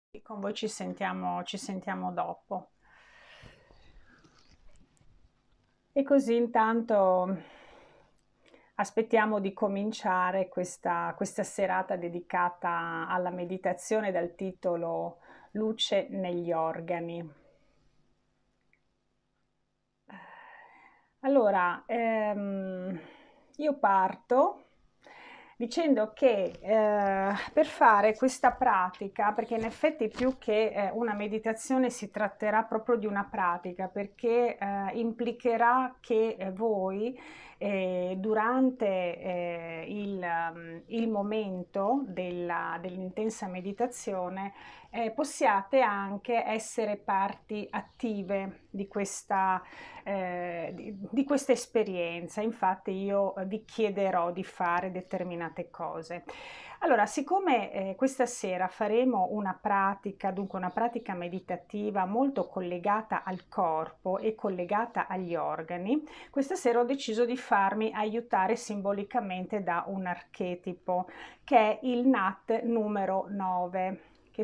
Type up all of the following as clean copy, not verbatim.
Con voi ci sentiamo dopo. E così intanto aspettiamo di cominciare questa serata dedicata alla meditazione dal titolo Luce negli organi. Allora, io parto dicendo che per fare questa pratica, perché in effetti più che una meditazione si tratterà proprio di una pratica, perché implicherà che voi durante il momento dell'intensa meditazione possiate anche essere parti attive di questa esperienza. Infatti io vi chiederò di fare determinate cose. Allora, siccome questa sera faremo una pratica, dunque una pratica meditativa molto collegata al corpo e collegata agli organi, questa sera ho deciso di farmi aiutare simbolicamente da un archetipo che è il Nat numero 9,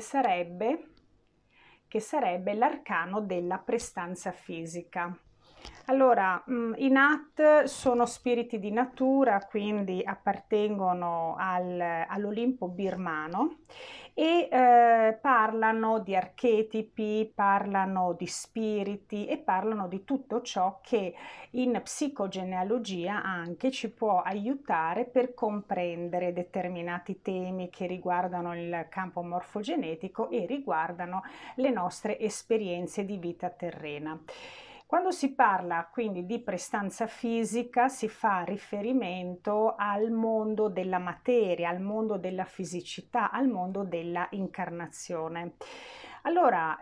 che sarebbe l'arcano della prestanza fisica. Allora, i Nat sono spiriti di natura, quindi appartengono all'Olimpo birmano e parlano di archetipi, parlano di spiriti e parlano di tutto ciò che in psicogenealogia anche ci può aiutare per comprendere determinati temi che riguardano il campo morfogenetico e riguardano le nostre esperienze di vita terrena. Quando si parla quindi di prestanza fisica si fa riferimento al mondo della materia, al mondo della fisicità, al mondo della incarnazione. Allora,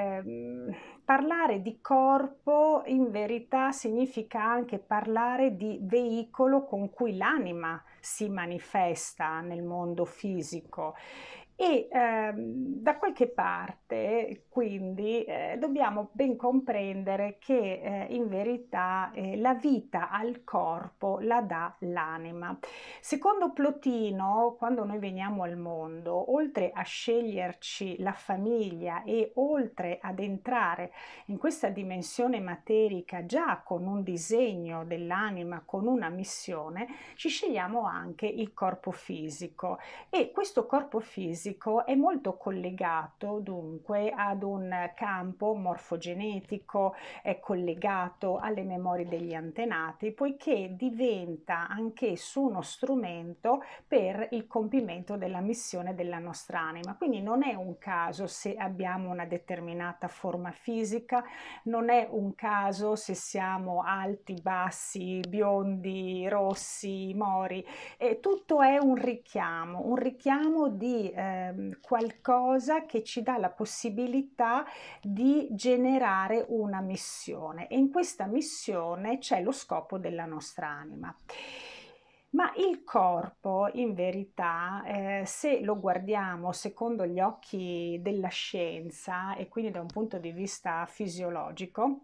parlare di corpo in verità significa anche parlare di veicolo con cui l'anima si manifesta nel mondo fisico e da qualche parte quindi dobbiamo ben comprendere che in verità la vita al corpo la dà l'anima. Secondo Plotino, quando noi veniamo al mondo, oltre a sceglierci la famiglia e oltre ad entrare in questa dimensione materica già con un disegno dell'anima, con una missione, ci scegliamo anche il corpo fisico e questo corpo fisico è molto collegato dunque ad un campo morfogenetico, è collegato alle memorie degli antenati, poiché diventa anch'esso uno strumento per il compimento della missione della nostra anima. Quindi non è un caso se abbiamo una determinata forma fisica, non è un caso se siamo alti, bassi, biondi, rossi, mori, tutto è un richiamo di qualcosa che ci dà la possibilità di generare una missione e in questa missione c'è lo scopo della nostra anima. Ma il corpo, in verità, se lo guardiamo secondo gli occhi della scienza e quindi da un punto di vista fisiologico,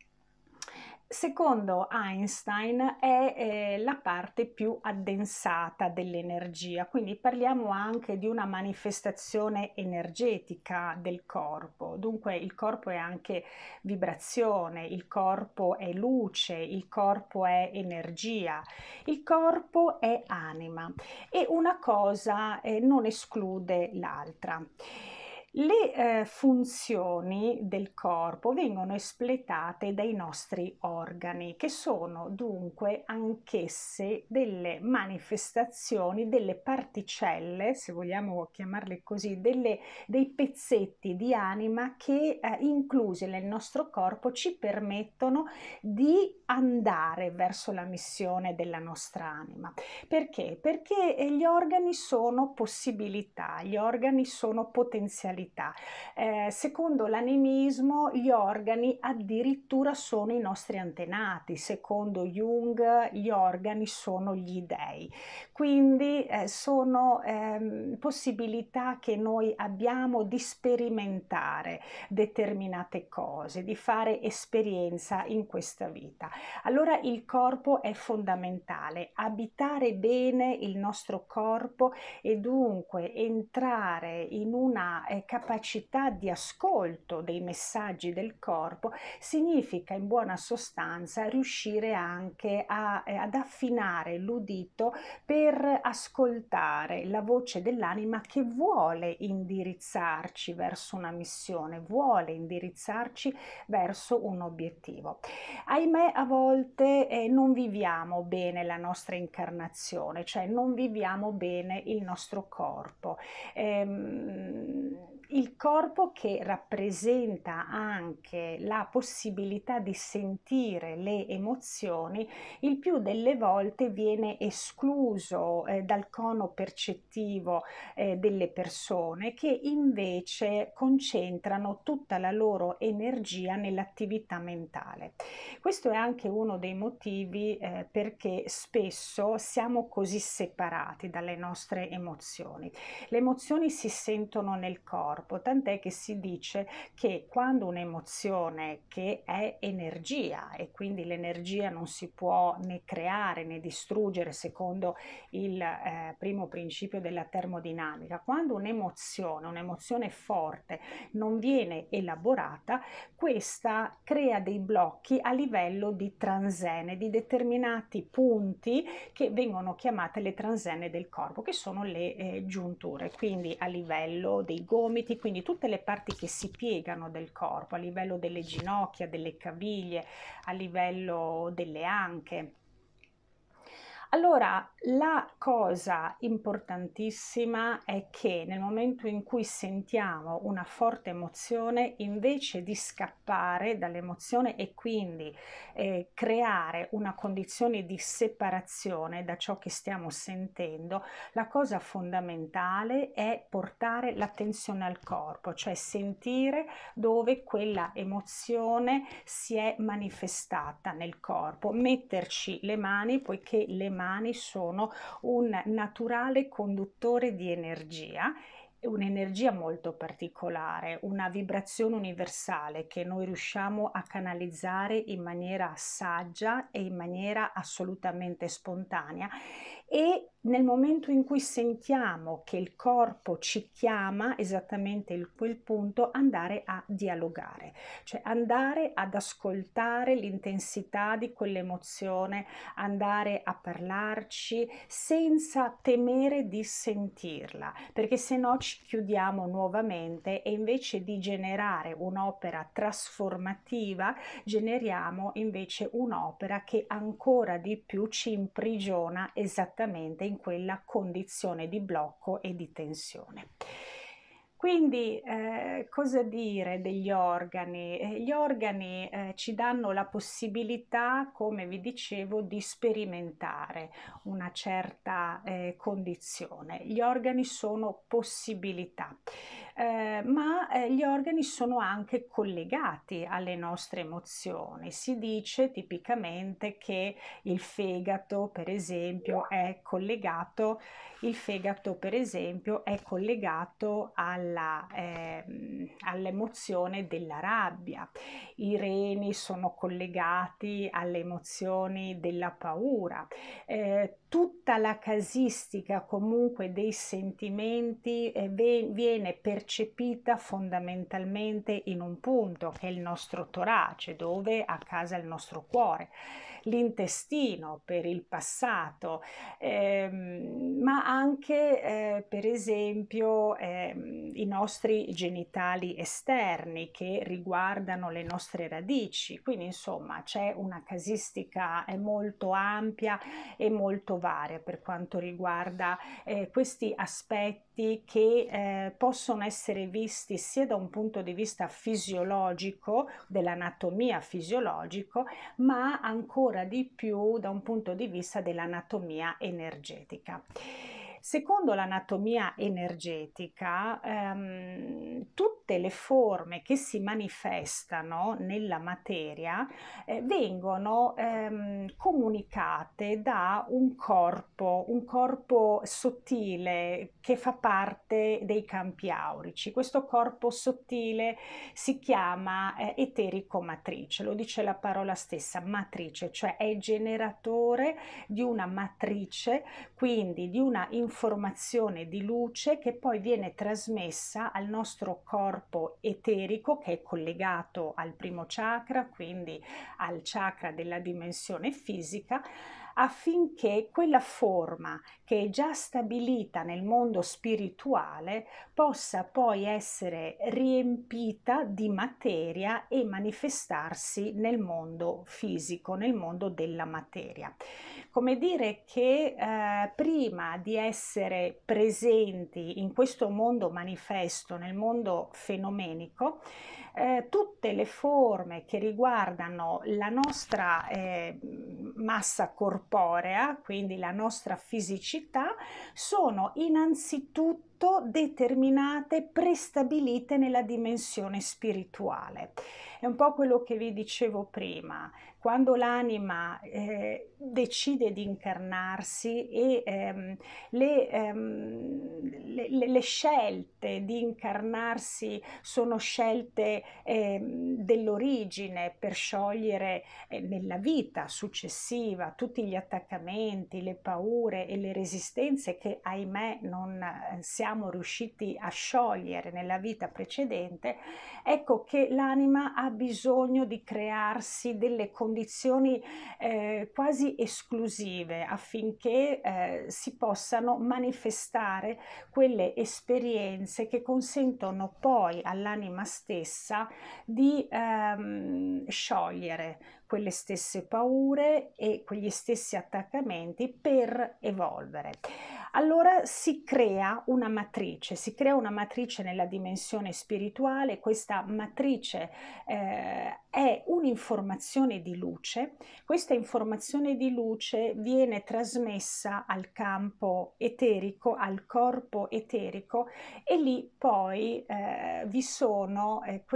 secondo Einstein è la parte più addensata dell'energia, quindi parliamo anche di una manifestazione energetica del corpo. Dunque il corpo è anche vibrazione, il corpo è luce, il corpo è energia, il corpo è anima e una cosa non esclude l'altra. Le funzioni del corpo vengono espletate dai nostri organi, che sono dunque anch'esse delle manifestazioni, delle particelle, se vogliamo chiamarle così, dei pezzetti di anima che inclusi nel nostro corpo ci permettono di andare verso la missione della nostra anima. Perché? Perché gli organi sono possibilità, gli organi sono potenzialità. Secondo l'animismo gli organi addirittura sono i nostri antenati, secondo Jung gli organi sono gli dei. Quindi sono possibilità che noi abbiamo di sperimentare determinate cose, di fare esperienza in questa vita. Allora il corpo è fondamentale, abitare bene il nostro corpo e dunque entrare in una capacità di ascolto dei messaggi del corpo, significa in buona sostanza riuscire anche ad affinare l'udito per ascoltare la voce dell'anima che vuole indirizzarci verso una missione, vuole indirizzarci verso un obiettivo. Ahimè, a volte non viviamo bene la nostra incarnazione, cioè non viviamo bene il nostro corpo. Il corpo che rappresenta anche la possibilità di sentire le emozioni, il più delle volte viene escluso dal cono percettivo delle persone, che invece concentrano tutta la loro energia nell'attività mentale. Questo è anche uno dei motivi perché spesso siamo così separati dalle nostre emozioni. Le emozioni si sentono nel corpo, tant'è che si dice che quando un'emozione, che è energia e quindi l'energia non si può né creare né distruggere secondo il primo principio della termodinamica, quando un'emozione forte non viene elaborata, questa crea dei blocchi a livello di transene, di determinati punti che vengono chiamate le transene del corpo, che sono le giunture, quindi a livello dei gomiti, quindi tutte le parti che si piegano del corpo, a livello delle ginocchia, delle caviglie, a livello delle anche. Allora, la cosa importantissima è che nel momento in cui sentiamo una forte emozione, invece di scappare dall'emozione e quindi creare una condizione di separazione da ciò che stiamo sentendo, la cosa fondamentale è portare l'attenzione al corpo, cioè sentire dove quella emozione si è manifestata nel corpo, metterci le mani, poiché le mani sono un naturale conduttore di energia, un'energia molto particolare, una vibrazione universale che noi riusciamo a canalizzare in maniera saggia e in maniera assolutamente spontanea, e nel momento in cui sentiamo che il corpo ci chiama esattamente in quel punto, andare a dialogare, cioè andare ad ascoltare l'intensità di quell'emozione, andare a parlarci senza temere di sentirla, perché se no ci chiudiamo nuovamente e invece di generare un'opera trasformativa, generiamo invece un'opera che ancora di più ci imprigiona esattamente in quella condizione di blocco e di tensione. Quindi cosa dire degli organi? Gli organi ci danno la possibilità, come vi dicevo, di sperimentare una certa condizione. Gli organi sono possibilità, ma gli organi sono anche collegati alle nostre emozioni. Si dice tipicamente che il fegato, per esempio, è collegato all'emozione della rabbia, i reni sono collegati alle emozioni della paura, tutta la casistica comunque dei sentimenti viene percepita fondamentalmente in un punto che è il nostro torace, dove ha casa il nostro cuore, l'intestino per il passato, ma anche per esempio i nostri genitali esterni che riguardano le nostre radici. Quindi insomma c'è una casistica molto ampia e molto varia per quanto riguarda questi aspetti che possono essere visti sia da un punto di vista fisiologico, dell'anatomia fisiologico, ma ancora di più da un punto di vista dell'anatomia energetica. Secondo l'anatomia energetica, tutte tutte le forme che si manifestano nella materia vengono comunicate da un corpo sottile che fa parte dei campi aurici. Questo corpo sottile si chiama eterico-matrice, lo dice la parola stessa, matrice, cioè è generatore di una matrice, quindi di una informazione di luce che poi viene trasmessa al nostro corpo eterico, che è collegato al primo chakra, quindi al chakra della dimensione fisica, affinché quella forma che è già stabilita nel mondo spirituale possa poi essere riempita di materia e manifestarsi nel mondo fisico, nel mondo della materia. Come dire che prima di essere presenti in questo mondo manifesto, nel mondo fenomenico, tutte le forme che riguardano la nostra massa corporea, quindi la nostra fisicità, sono innanzitutto determinate, prestabilite nella dimensione spirituale. È un po' quello che vi dicevo prima, quando l'anima decide di incarnarsi e le scelte di incarnarsi sono scelte dell'origine per sciogliere nella vita successiva tutti gli attaccamenti, le paure e le resistenze che ahimè non siamo riusciti a sciogliere nella vita precedente, ecco che l'anima ha bisogno di crearsi delle condizioni quasi esclusive affinché si possano manifestare quelle esperienze che consentono poi all'anima stessa di sciogliere quelle stesse paure e quegli stessi attaccamenti per evolvere. Allora si crea una matrice nella dimensione spirituale. Questa matrice è un'informazione di luce. Questa informazione di luce viene trasmessa al campo eterico, al corpo eterico, e lì poi vi sono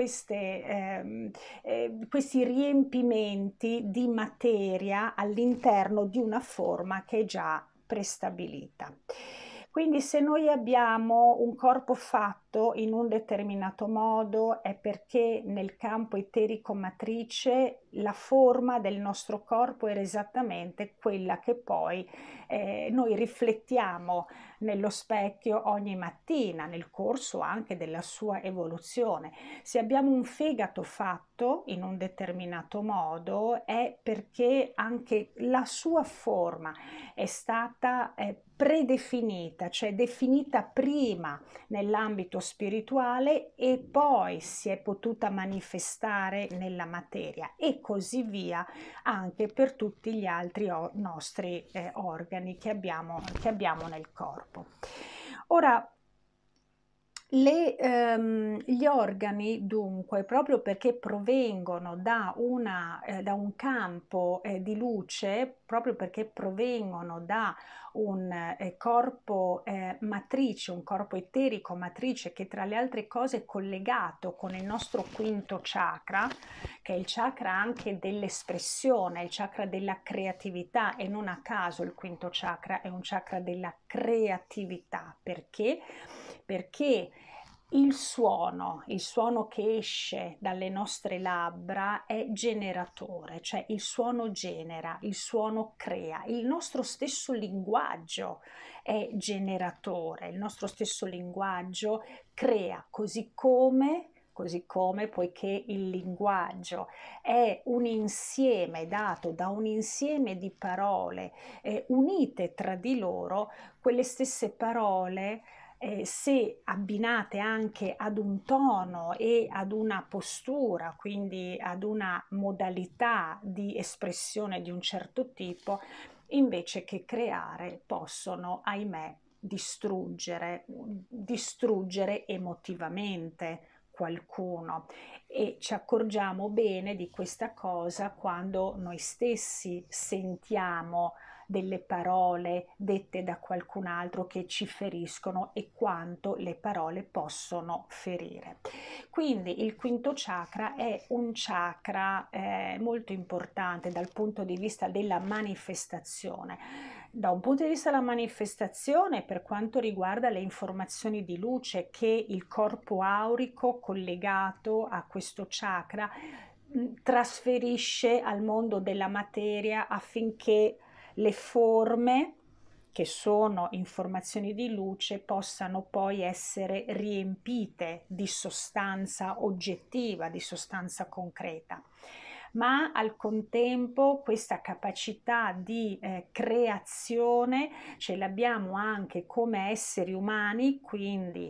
questi riempimenti di materia all'interno di una forma che è già prestabilita. Quindi se noi abbiamo un corpo fatto in un determinato modo è perché nel campo eterico matrice la forma del nostro corpo era esattamente quella che poi noi riflettiamo nello specchio ogni mattina nel corso anche della sua evoluzione. Se abbiamo un fegato fatto in un determinato modo è perché anche la sua forma è stata predefinita, cioè definita prima nell'ambito spirituale e poi si è potuta manifestare nella materia, e così via anche per tutti gli altri nostri organi che abbiamo nel corpo. Ora, gli organi dunque, proprio perché provengono da un campo di luce, proprio perché provengono da un corpo matrice, un corpo eterico matrice, che tra le altre cose è collegato con il nostro quinto chakra, che è il chakra anche dell'espressione, il chakra della creatività, e non a caso il quinto chakra è un chakra della creatività. Perché? Perché il suono che esce dalle nostre labbra è generatore, cioè il suono genera, il suono crea. Il nostro stesso linguaggio è generatore, il nostro stesso linguaggio crea, così come poiché il linguaggio è un insieme dato da un insieme di parole unite tra di loro, quelle stesse parole se abbinate anche ad un tono e ad una postura, quindi ad una modalità di espressione di un certo tipo, invece che creare, possono, ahimè, distruggere emotivamente qualcuno. E ci accorgiamo bene di questa cosa quando noi stessi sentiamo delle parole dette da qualcun altro che ci feriscono, e quanto le parole possono ferire. Quindi il quinto chakra è un chakra molto importante dal punto di vista della manifestazione. Da un punto di vista della manifestazione, per quanto riguarda le informazioni di luce che il corpo aurico collegato a questo chakra trasferisce al mondo della materia affinché le forme, che sono informazioni di luce, possano poi essere riempite di sostanza oggettiva, di sostanza concreta. Ma al contempo questa capacità di creazione ce l'abbiamo anche come esseri umani, quindi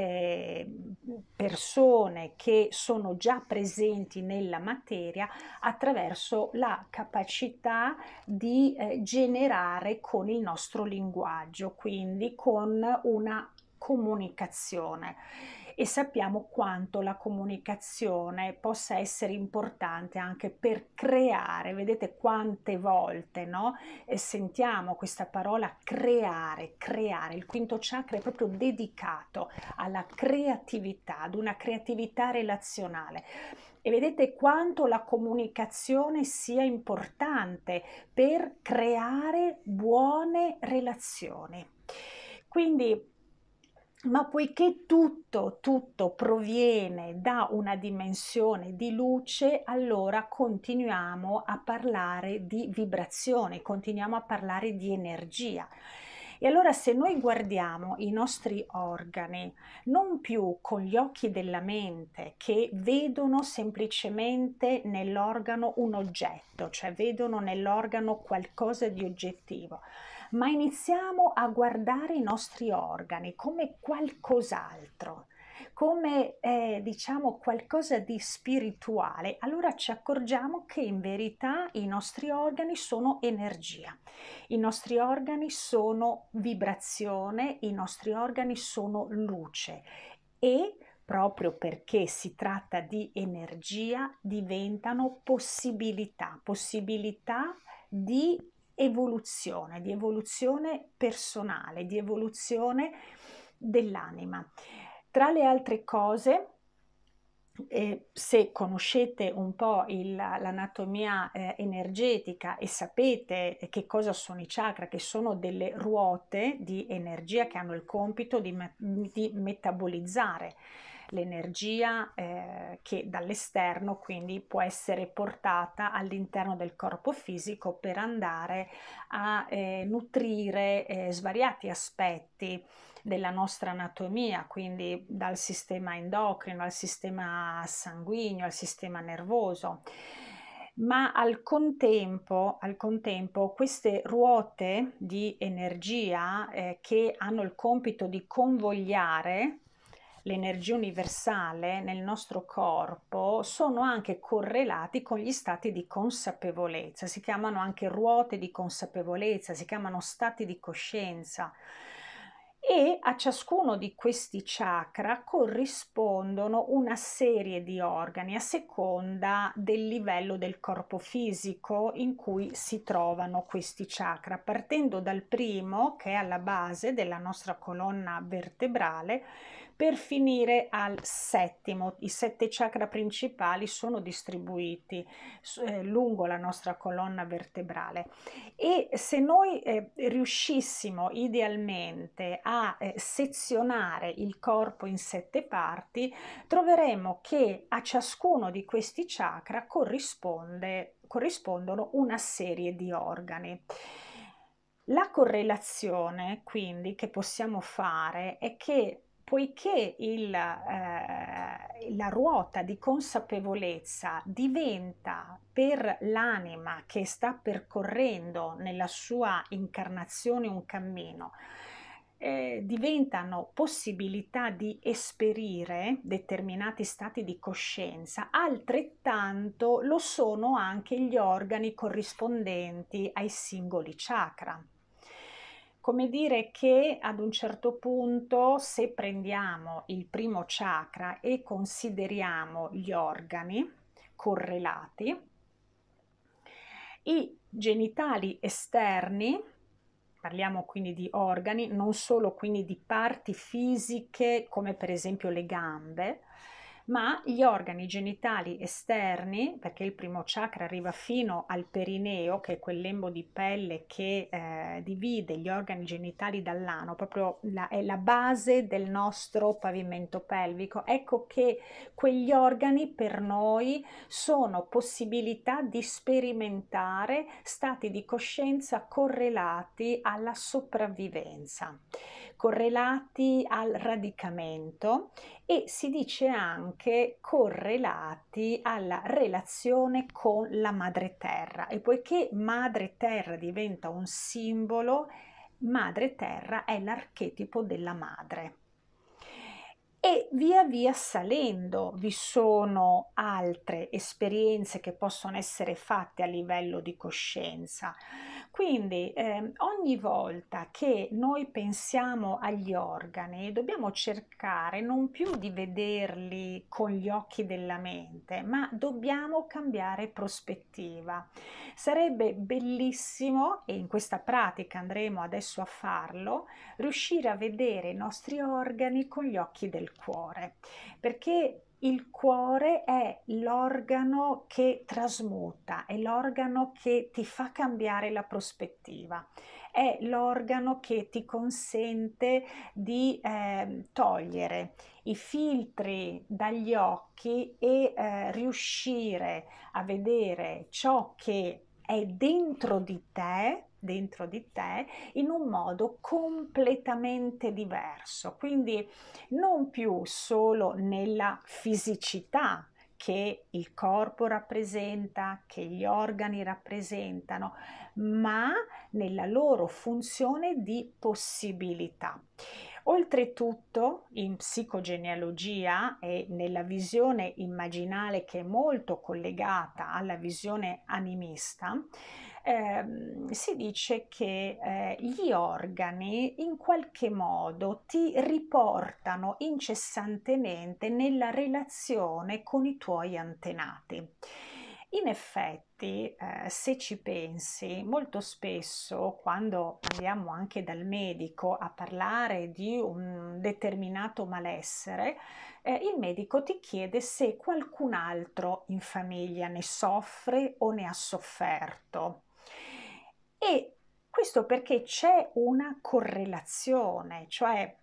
persone che sono già presenti nella materia attraverso la capacità di generare con il nostro linguaggio, quindi con una comunicazione. E sappiamo quanto la comunicazione possa essere importante anche per creare. Vedete quante volte, no? Sentiamo questa parola creare, creare. Il quinto chakra è proprio dedicato alla creatività, ad una creatività relazionale. E vedete quanto la comunicazione sia importante per creare buone relazioni. Quindi, ma poiché tutto proviene da una dimensione di luce, allora continuiamo a parlare di vibrazioni, continuiamo a parlare di energia. E allora se noi guardiamo i nostri organi non più con gli occhi della mente che vedono semplicemente nell'organo un oggetto, cioè vedono nell'organo qualcosa di oggettivo, ma iniziamo a guardare i nostri organi come qualcos'altro, come diciamo qualcosa di spirituale, allora ci accorgiamo che in verità i nostri organi sono energia, i nostri organi sono vibrazione, i nostri organi sono luce e proprio perché si tratta di energia diventano possibilità, possibilità di evoluzione personale, di evoluzione dell'anima. Tra le altre cose, se conoscete un po' l'anatomia energetica e sapete che cosa sono i chakra, che sono delle ruote di energia che hanno il compito di metabolizzare l'energia che dall'esterno quindi può essere portata all'interno del corpo fisico per andare a nutrire svariati aspetti della nostra anatomia, quindi dal sistema endocrino al sistema sanguigno, al sistema nervoso. Ma al contempo queste ruote di energia che hanno il compito di convogliare l'energia universale nel nostro corpo sono anche correlati con gli stati di consapevolezza, si chiamano anche ruote di consapevolezza, si chiamano stati di coscienza. E a ciascuno di questi chakra corrispondono una serie di organi a seconda del livello del corpo fisico in cui si trovano questi chakra, partendo dal primo, che è alla base della nostra colonna vertebrale, per finire al settimo. I 7 chakra principali sono distribuiti lungo la nostra colonna vertebrale. E se noi riuscissimo idealmente a sezionare il corpo in 7 parti, troveremo che a ciascuno di questi chakra corrispondono una serie di organi. La correlazione quindi che possiamo fare è che poiché la ruota di consapevolezza diventa per l'anima che sta percorrendo nella sua incarnazione un cammino, diventano possibilità di esperire determinati stati di coscienza, altrettanto lo sono anche gli organi corrispondenti ai singoli chakra. Come dire che ad un certo punto, se prendiamo il primo chakra e consideriamo gli organi correlati, i genitali esterni, parliamo quindi di organi, non solo quindi di parti fisiche come per esempio le gambe, ma gli organi genitali esterni, perché il primo chakra arriva fino al perineo, che è quel lembo di pelle che divide gli organi genitali dall'ano, proprio è la base del nostro pavimento pelvico. Ecco che quegli organi per noi sono possibilità di sperimentare stati di coscienza correlati alla sopravvivenza, correlati al radicamento e si dice anche correlati alla relazione con la madre terra. E poiché madre terra diventa un simbolo, madre terra è l'archetipo della madre. E via via salendo vi sono altre esperienze che possono essere fatte a livello di coscienza. Quindi ogni volta che noi pensiamo agli organi dobbiamo cercare non più di vederli con gli occhi della mente, ma dobbiamo cambiare prospettiva. Sarebbe bellissimo, e in questa pratica andremo adesso a farlo, riuscire a vedere i nostri organi con gli occhi del cuore, perché il cuore è l'organo che trasmuta, è l'organo che ti fa cambiare la prospettiva, è l'organo che ti consente di togliere i filtri dagli occhi e riuscire a vedere ciò che è dentro di te in un modo completamente diverso, quindi non più solo nella fisicità che il corpo rappresenta, che gli organi rappresentano, ma nella loro funzione di possibilità. Oltretutto, in psicogenealogia e nella visione immaginale che è molto collegata alla visione animista, si dice che gli organi in qualche modo ti riportano incessantemente nella relazione con i tuoi antenati. In effetti, se ci pensi, molto spesso quando andiamo anche dal medico a parlare di un determinato malessere, il medico ti chiede se qualcun altro in famiglia ne soffre o ne ha sofferto. E questo perché c'è una correlazione, cioè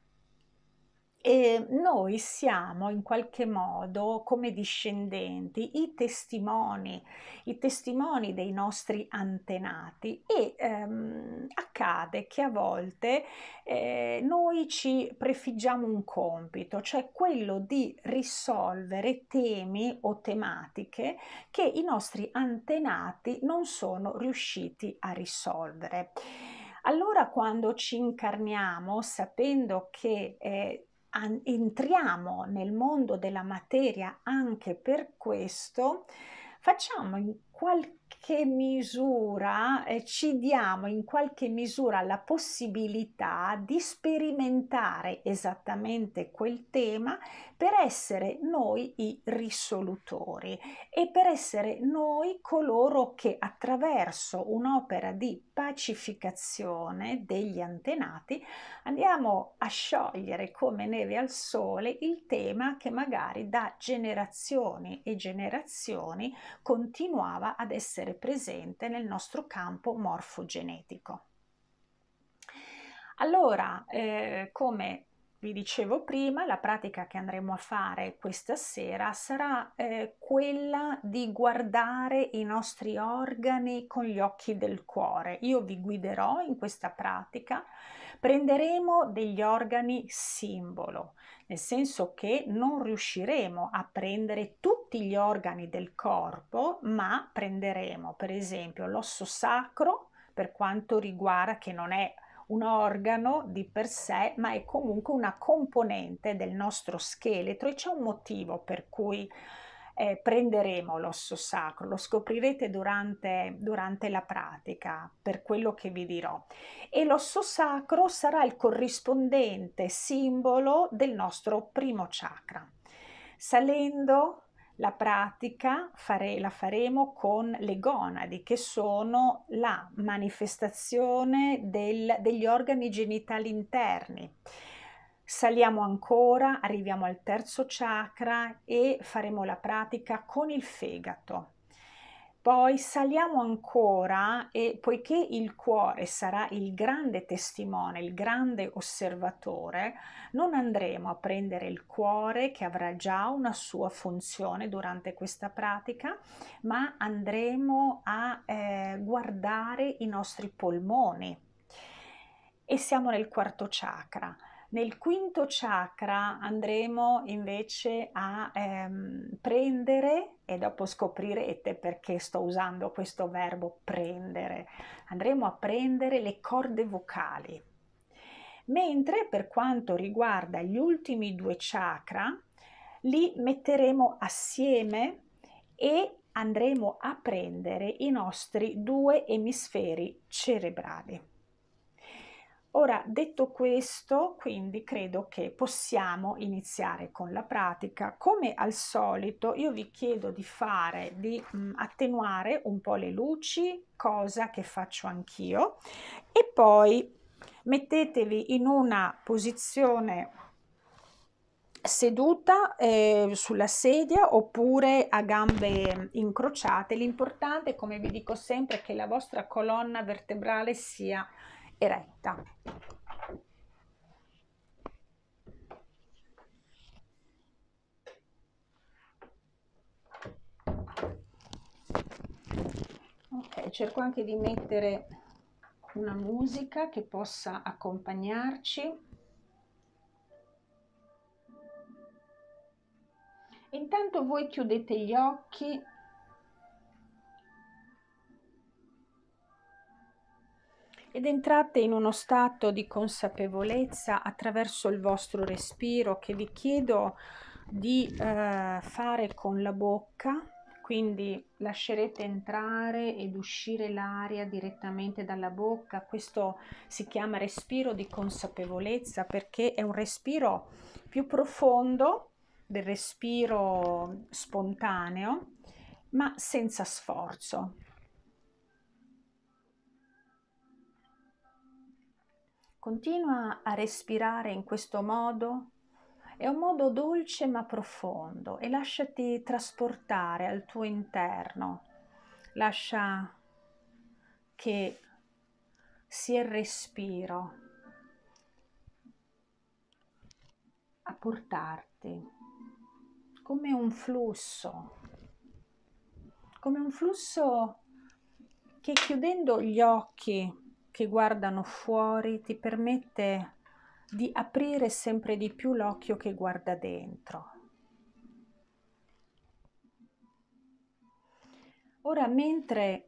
noi siamo in qualche modo come discendenti, i testimoni dei nostri antenati e accade che a volte noi ci prefiggiamo un compito, cioè quello di risolvere temi o tematiche che i nostri antenati non sono riusciti a risolvere. Allora quando ci incarniamo sapendo che entriamo nel mondo della materia anche per questo, facciamo in qualche misura, ci diamo in qualche misura la possibilità di sperimentare esattamente quel tema per essere noi i risolutori e per essere noi coloro che attraverso un'opera di pacificazione degli antenati andiamo a sciogliere come neve al sole il tema che magari da generazioni e generazioni continuava ad essere presente nel nostro campo morfogenetico. Allora, come vi dicevo prima, la pratica che andremo a fare questa sera sarà quella di guardare i nostri organi con gli occhi del cuore. Io vi guiderò in questa pratica, prenderemo degli organi simbolo, nel senso che non riusciremo a prendere tutti gli organi del corpo, ma prenderemo per esempio l'osso sacro per quanto riguarda, che non è un organo di per sé, ma è comunque una componente del nostro scheletro e c'è un motivo per cui prenderemo l'osso sacro, lo scoprirete durante la pratica, per quello che vi dirò. E l'osso sacro sarà il corrispondente simbolo del nostro primo chakra. Salendo la pratica la faremo con le gonadi, che sono la manifestazione degli organi genitali interni. Saliamo ancora, arriviamo al terzo chakra e faremo la pratica con il fegato. Poi saliamo ancora e poiché il cuore sarà il grande testimone, il grande osservatore, non andremo a prendere il cuore che avrà già una sua funzione durante questa pratica, ma andremo a guardare i nostri polmoni e siamo nel quarto chakra. Nel quinto chakra andremo invece a prendere, e dopo scoprirete perché sto usando questo verbo prendere, andremo a prendere le corde vocali. Mentre per quanto riguarda gli ultimi due chakra, li metteremo assieme e andremo a prendere i nostri due emisferi cerebrali. Ora, detto questo, quindi credo che possiamo iniziare con la pratica. Come al solito, io vi chiedo di fare, di attenuare un po' le luci, cosa che faccio anch'io, e poi mettetevi in una posizione seduta sulla sedia oppure a gambe incrociate. L'importante, come vi dico sempre, è che la vostra colonna vertebrale sia eretta. Ok, cerco anche di mettere una musica che possa accompagnarci. Intanto voi chiudete gli occhi ed entrate in uno stato di consapevolezza attraverso il vostro respiro, che vi chiedo di fare con la bocca, quindi lascerete entrare ed uscire l'aria direttamente dalla bocca. Questo si chiama respiro di consapevolezza perché è un respiro più profondo del respiro spontaneo, ma senza sforzo. Continua a respirare in questo modo, è un modo dolce ma profondo, e lasciati trasportare al tuo interno. Lascia che sia il respiro a portarti come un flusso che, chiudendo gli occhi che guardano fuori, ti permette di aprire sempre di più l'occhio che guarda dentro. Ora, mentre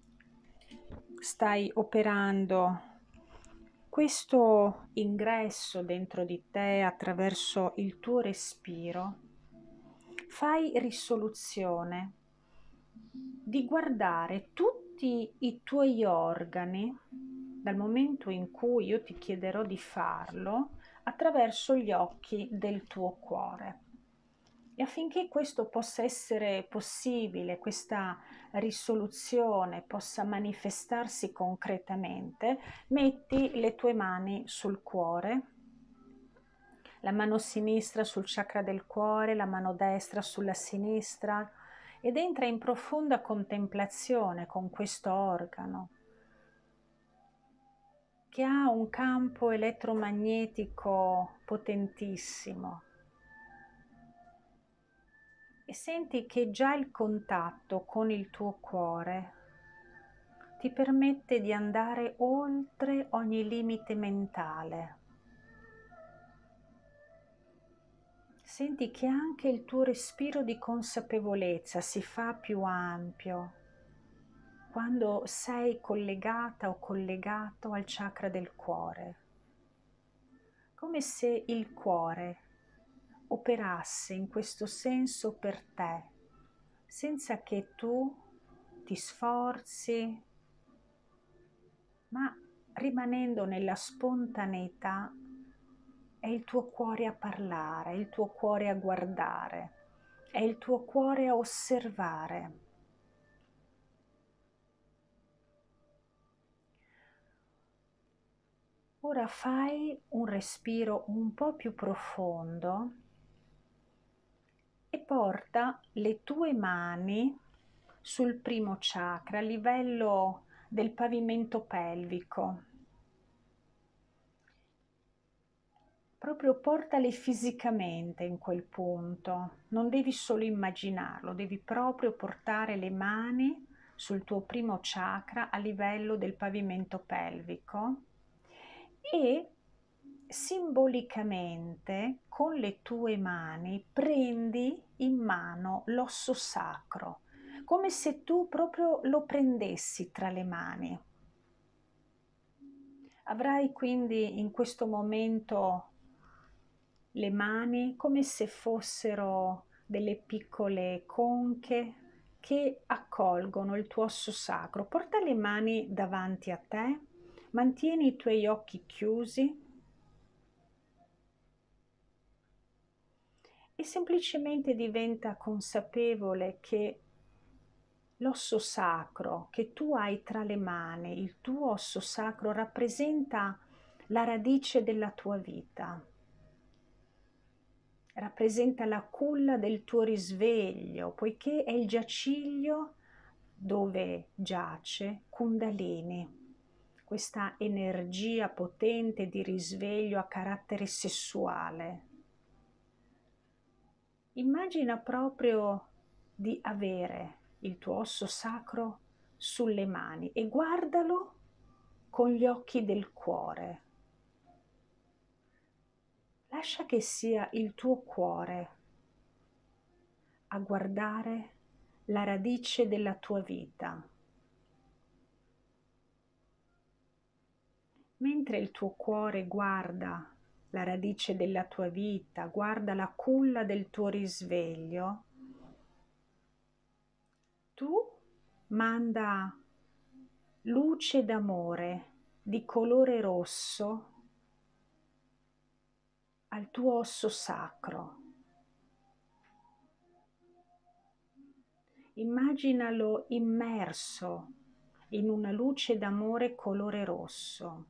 stai operando questo ingresso dentro di te attraverso il tuo respiro, fai risoluzione di guardare tutti i tuoi organi dal momento in cui io ti chiederò di farlo attraverso gli occhi del tuo cuore. E affinché questo possa essere possibile, questa risoluzione possa manifestarsi concretamente, metti le tue mani sul cuore, la mano sinistra sul chakra del cuore, la mano destra sulla sinistra, ed entra in profonda contemplazione con questo organo che ha un campo elettromagnetico potentissimo. E senti che già il contatto con il tuo cuore ti permette di andare oltre ogni limite mentale. Senti che anche il tuo respiro di consapevolezza si fa più ampio quando sei collegata o collegato al chakra del cuore, come se il cuore operasse in questo senso per te, senza che tu ti sforzi, ma rimanendo nella spontaneità. È il tuo cuore a parlare, è il tuo cuore a guardare, è il tuo cuore a osservare. Ora fai un respiro un po' più profondo e porta le tue mani sul primo chakra, a livello del pavimento pelvico. Proprio portale fisicamente in quel punto, non devi solo immaginarlo, devi proprio portare le mani sul tuo primo chakra a livello del pavimento pelvico e simbolicamente con le tue mani prendi in mano l'osso sacro, come se tu proprio lo prendessi tra le mani. Avrai quindi in questo momento le mani come se fossero delle piccole conche che accolgono il tuo osso sacro. Porta le mani davanti a te, mantieni i tuoi occhi chiusi e semplicemente diventa consapevole che l'osso sacro che tu hai tra le mani, il tuo osso sacro, rappresenta la radice della tua vita. Rappresenta la culla del tuo risveglio, poiché è il giaciglio dove giace Kundalini, questa energia potente di risveglio a carattere sessuale. Immagina proprio di avere il tuo osso sacro sulle mani e guardalo con gli occhi del cuore. Lascia che sia il tuo cuore a guardare la radice della tua vita. Mentre il tuo cuore guarda la radice della tua vita, guarda la culla del tuo risveglio, tu manda luce d'amore di colore rosso al tuo osso sacro. Immaginalo immerso in una luce d'amore colore rosso.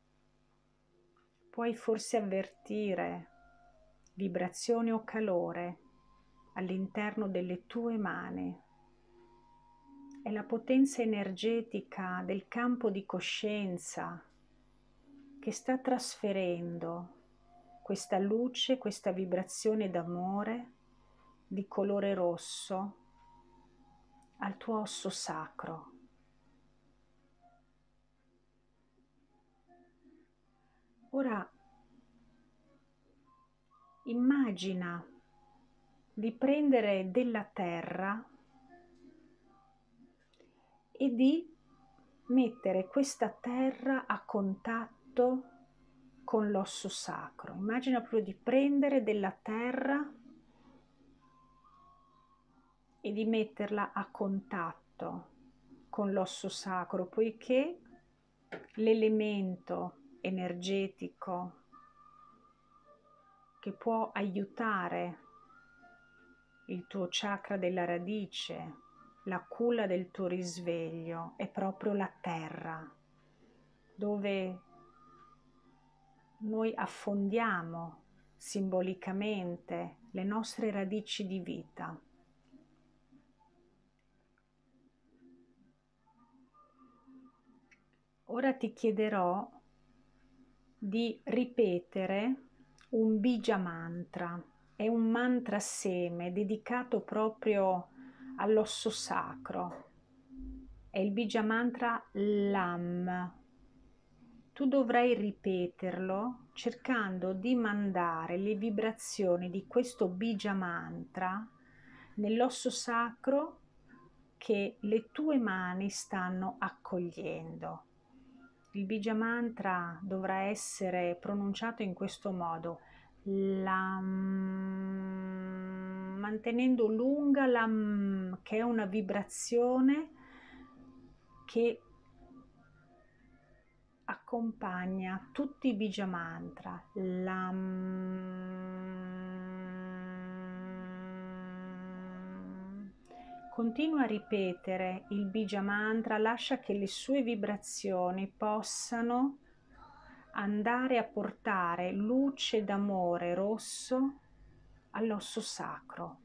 Puoi forse avvertire vibrazione o calore all'interno delle tue mani. È la potenza energetica del campo di coscienza che sta trasferendo questa luce, questa vibrazione d'amore di colore rosso al tuo osso sacro. Ora immagina di prendere della terra e di mettere questa terra a contatto con l'osso sacro. Immagina proprio di prendere della terra e di metterla a contatto con l'osso sacro, poiché l'elemento energetico che può aiutare il tuo chakra della radice, la culla del tuo risveglio, è proprio la terra, dove noi affondiamo simbolicamente le nostre radici di vita. Ora ti chiederò di ripetere un bija mantra. È un mantra seme dedicato proprio all'osso sacro. È il bija mantra LAM. Tu dovrai ripeterlo cercando di mandare le vibrazioni di questo bija mantra nell'osso sacro che le tue mani stanno accogliendo. Il bija mantra dovrà essere pronunciato in questo modo, mantenendo lunga la che è una vibrazione che accompagna tutti i bija mantra. Continua a ripetere il bija mantra, lascia che le sue vibrazioni possano andare a portare luce d'amore rosso all'osso sacro.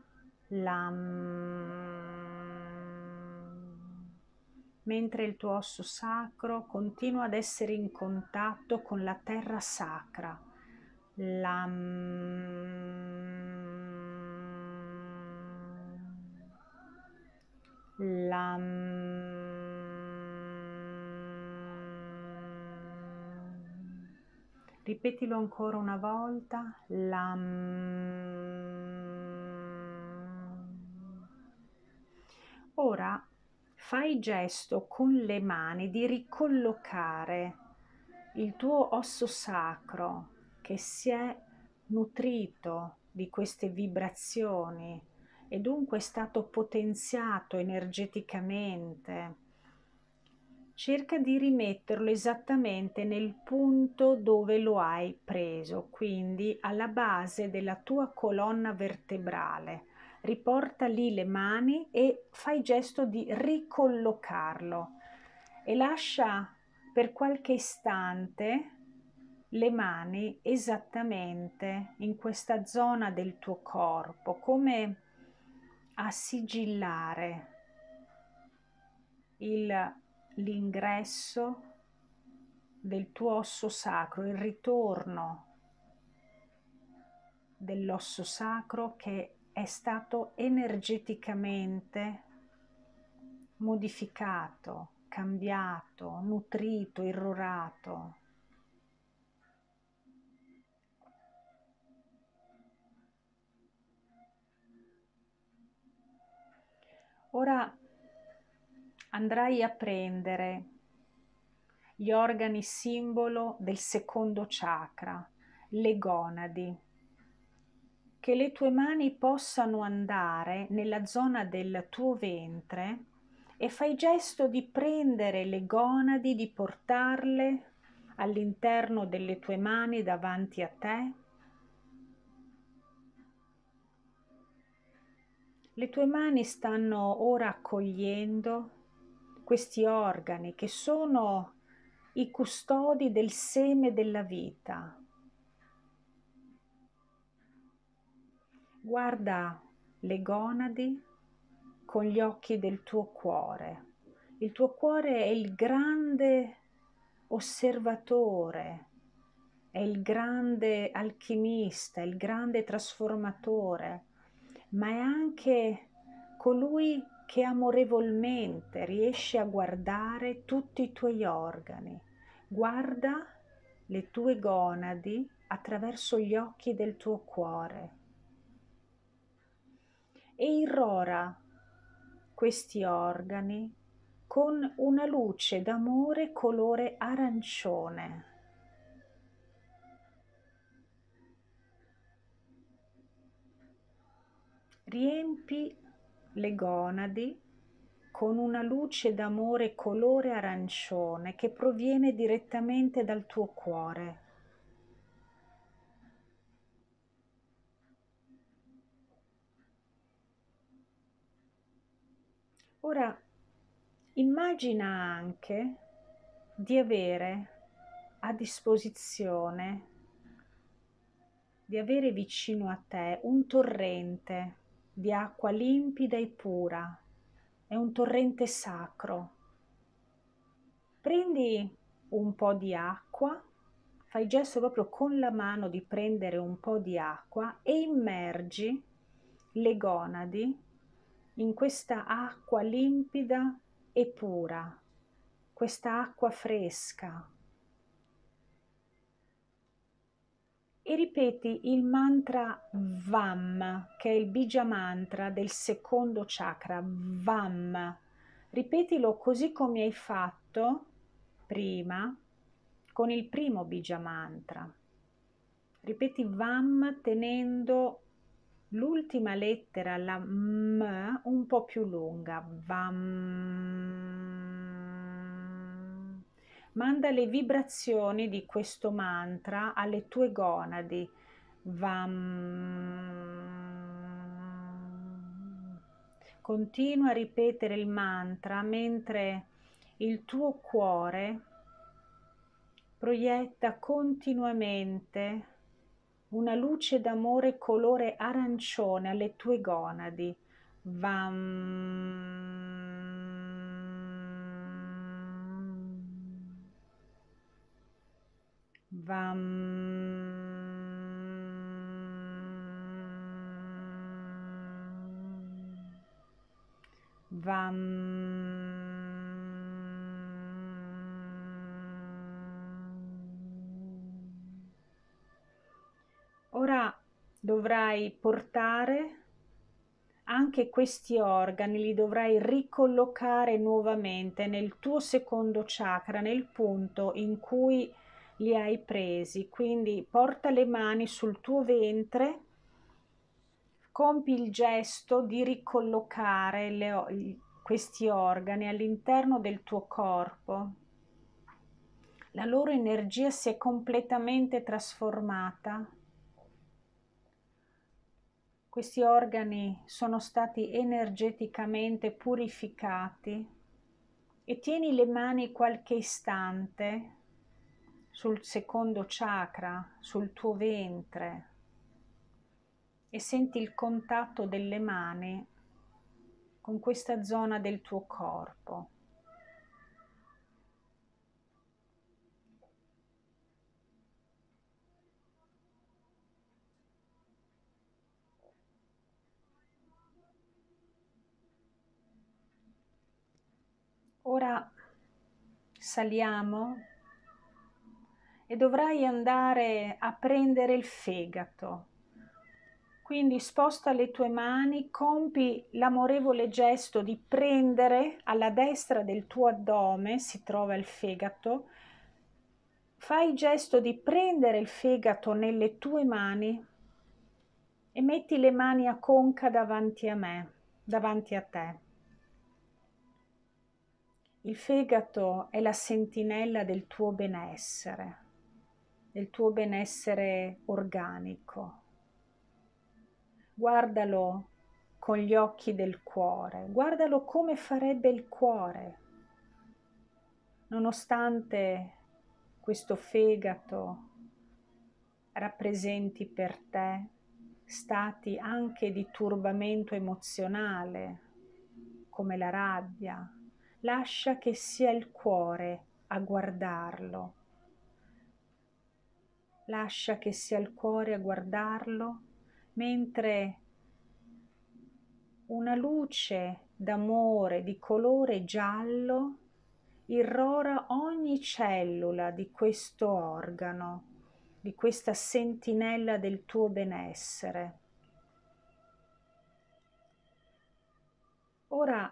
Mentre il tuo osso sacro continua ad essere in contatto con la terra sacra. Ripetilo ancora una volta. Ora fai il gesto con le mani di ricollocare il tuo osso sacro che si è nutrito di queste vibrazioni e dunque è stato potenziato energeticamente. Cerca di rimetterlo esattamente nel punto dove lo hai preso, quindi alla base della tua colonna vertebrale. Riporta lì le mani e fai gesto di ricollocarlo e lascia per qualche istante le mani esattamente in questa zona del tuo corpo, come a sigillare l'ingresso del tuo osso sacro, il ritorno dell'osso sacro che è stato energeticamente modificato, cambiato, nutrito, irrorato. Ora andrai a prendere gli organi simbolo del secondo chakra, le gonadi, che le tue mani possano andare nella zona del tuo ventre e fai gesto di prendere le gonadi, di portarle all'interno delle tue mani davanti a te. Le tue mani stanno ora accogliendo questi organi che sono i custodi del seme della vita. Guarda le gonadi con gli occhi del tuo cuore. Il tuo cuore è il grande osservatore, è il grande alchimista, il grande trasformatore, ma è anche colui che amorevolmente riesce a guardare tutti i tuoi organi. Guarda le tue gonadi attraverso gli occhi del tuo cuore e irrora questi organi con una luce d'amore colore arancione. Riempi le gonadi con una luce d'amore colore arancione che proviene direttamente dal tuo cuore. Ora immagina anche di avere a disposizione, di avere vicino a te un torrente di acqua limpida e pura. È un torrente sacro. Prendi un po' di acqua, fai gesto proprio con la mano di prendere un po' di acqua e immergi le gonadi in questa acqua limpida e pura, questa acqua fresca. E ripeti il mantra VAM, che è il bija mantra del secondo chakra, VAM. Ripetilo così come hai fatto prima con il primo bija mantra. Ripeti VAM tenendo l'ultima lettera, la M, un po' più lunga. VAM. Manda le vibrazioni di questo mantra alle tue gonadi. VAM. Continua a ripetere il mantra mentre il tuo cuore proietta continuamente una luce d'amore colore arancione alle tue gonadi. Vam. Vam. Vam. Ora dovrai portare anche questi organi, li dovrai ricollocare nuovamente nel tuo secondo chakra, nel punto in cui li hai presi. Quindi porta le mani sul tuo ventre, compi il gesto di ricollocare questi organi all'interno del tuo corpo. La loro energia si è completamente trasformata. Questi organi sono stati energeticamente purificati e tieni le mani qualche istante sul secondo chakra, sul tuo ventre, e senti il contatto delle mani con questa zona del tuo corpo. Ora saliamo e dovrai andare a prendere il fegato. Quindi sposta le tue mani, compi l'amorevole gesto di prendere alla destra del tuo addome, si trova il fegato. Fai il gesto di prendere il fegato nelle tue mani e metti le mani a conca davanti a me, davanti a te. Il fegato è la sentinella del tuo benessere organico. Guardalo con gli occhi del cuore, guardalo come farebbe il cuore. Nonostante questo fegato rappresenti per te stati anche di turbamento emozionale, come la rabbia, lascia che sia il cuore a guardarlo. Lascia che sia il cuore a guardarlo, mentre una luce d'amore di colore giallo irrora ogni cellula di questo organo, di questa sentinella del tuo benessere. Ora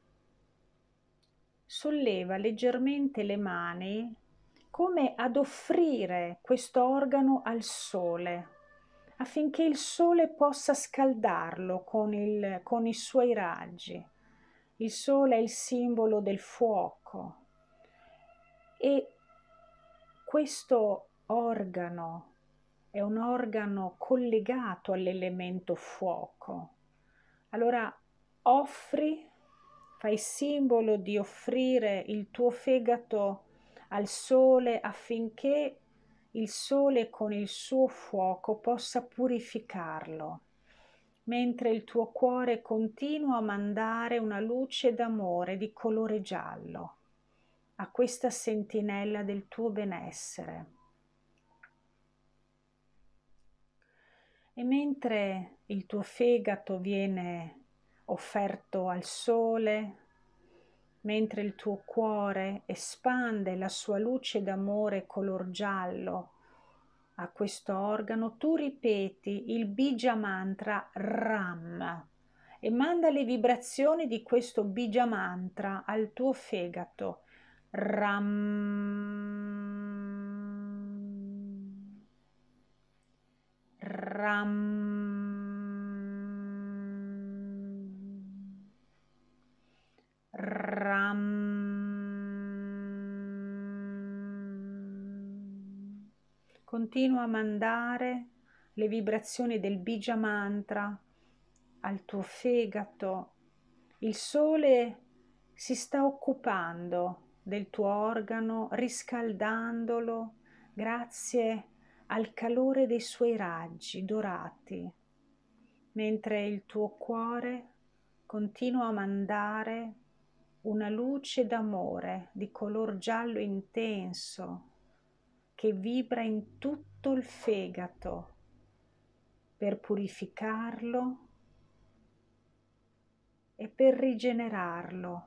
solleva leggermente le mani come ad offrire questo organo al sole, affinché il sole possa scaldarlo con i suoi raggi. Il sole è il simbolo del fuoco e questo organo è un organo collegato all'elemento fuoco. Allora fai simbolo di offrire il tuo fegato al sole affinché il sole con il suo fuoco possa purificarlo, mentre il tuo cuore continua a mandare una luce d'amore di colore giallo a questa sentinella del tuo benessere. E mentre il tuo fegato viene offerto al sole, mentre il tuo cuore espande la sua luce d'amore color giallo a questo organo, tu ripeti il Bija Mantra Ram e manda le vibrazioni di questo Bija Mantra al tuo fegato. Ram, Ram, Ram. Continua a mandare le vibrazioni del Bija Mantra al tuo fegato. Il sole si sta occupando del tuo organo, riscaldandolo grazie al calore dei suoi raggi dorati, mentre il tuo cuore continua a mandare una luce d'amore di color giallo intenso che vibra in tutto il fegato per purificarlo e per rigenerarlo.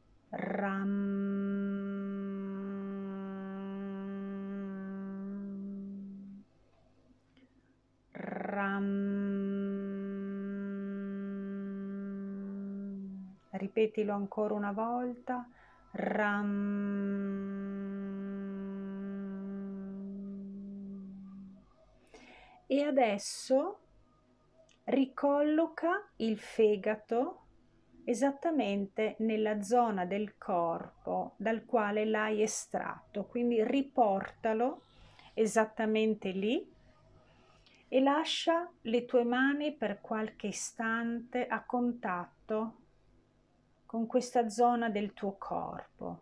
Ripetilo ancora una volta. E adesso ricolloca il fegato esattamente nella zona del corpo dal quale l'hai estratto, quindi riportalo esattamente lì e lascia le tue mani per qualche istante a contatto con questa zona del tuo corpo.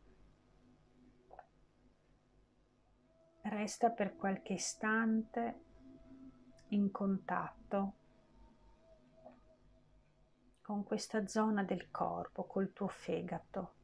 Resta per qualche istante in contatto con questa zona del corpo, col tuo fegato.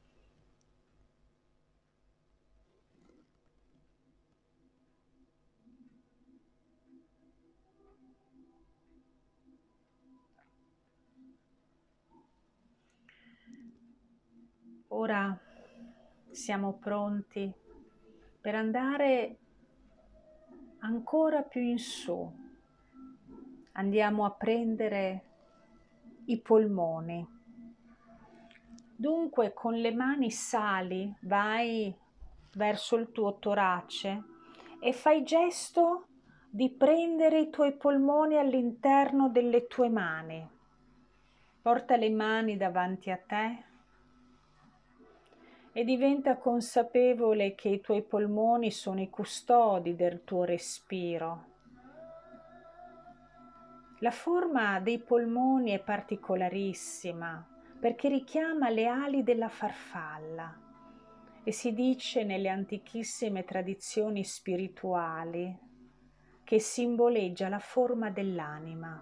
Ora siamo pronti per andare ancora più in su. Andiamo a prendere i polmoni. Dunque con le mani sali, vai verso il tuo torace e fai gesto di prendere i tuoi polmoni all'interno delle tue mani. Porta le mani davanti a te e diventa consapevole che i tuoi polmoni sono i custodi del tuo respiro. La forma dei polmoni è particolarissima perché richiama le ali della farfalla e si dice nelle antichissime tradizioni spirituali che simboleggia la forma dell'anima.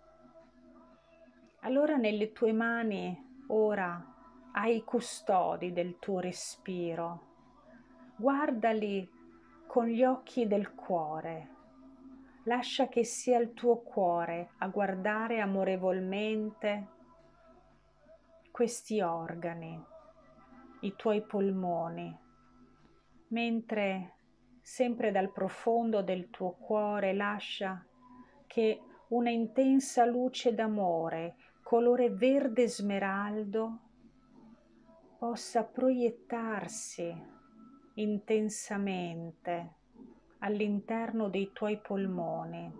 Allora nelle tue mani ora hai i custodi del tuo respiro. Guardali con gli occhi del cuore. Lascia che sia il tuo cuore a guardare amorevolmente questi organi, i tuoi polmoni, mentre sempre dal profondo del tuo cuore lascia che una intensa luce d'amore, colore verde smeraldo, possa proiettarsi intensamente all'interno dei tuoi polmoni.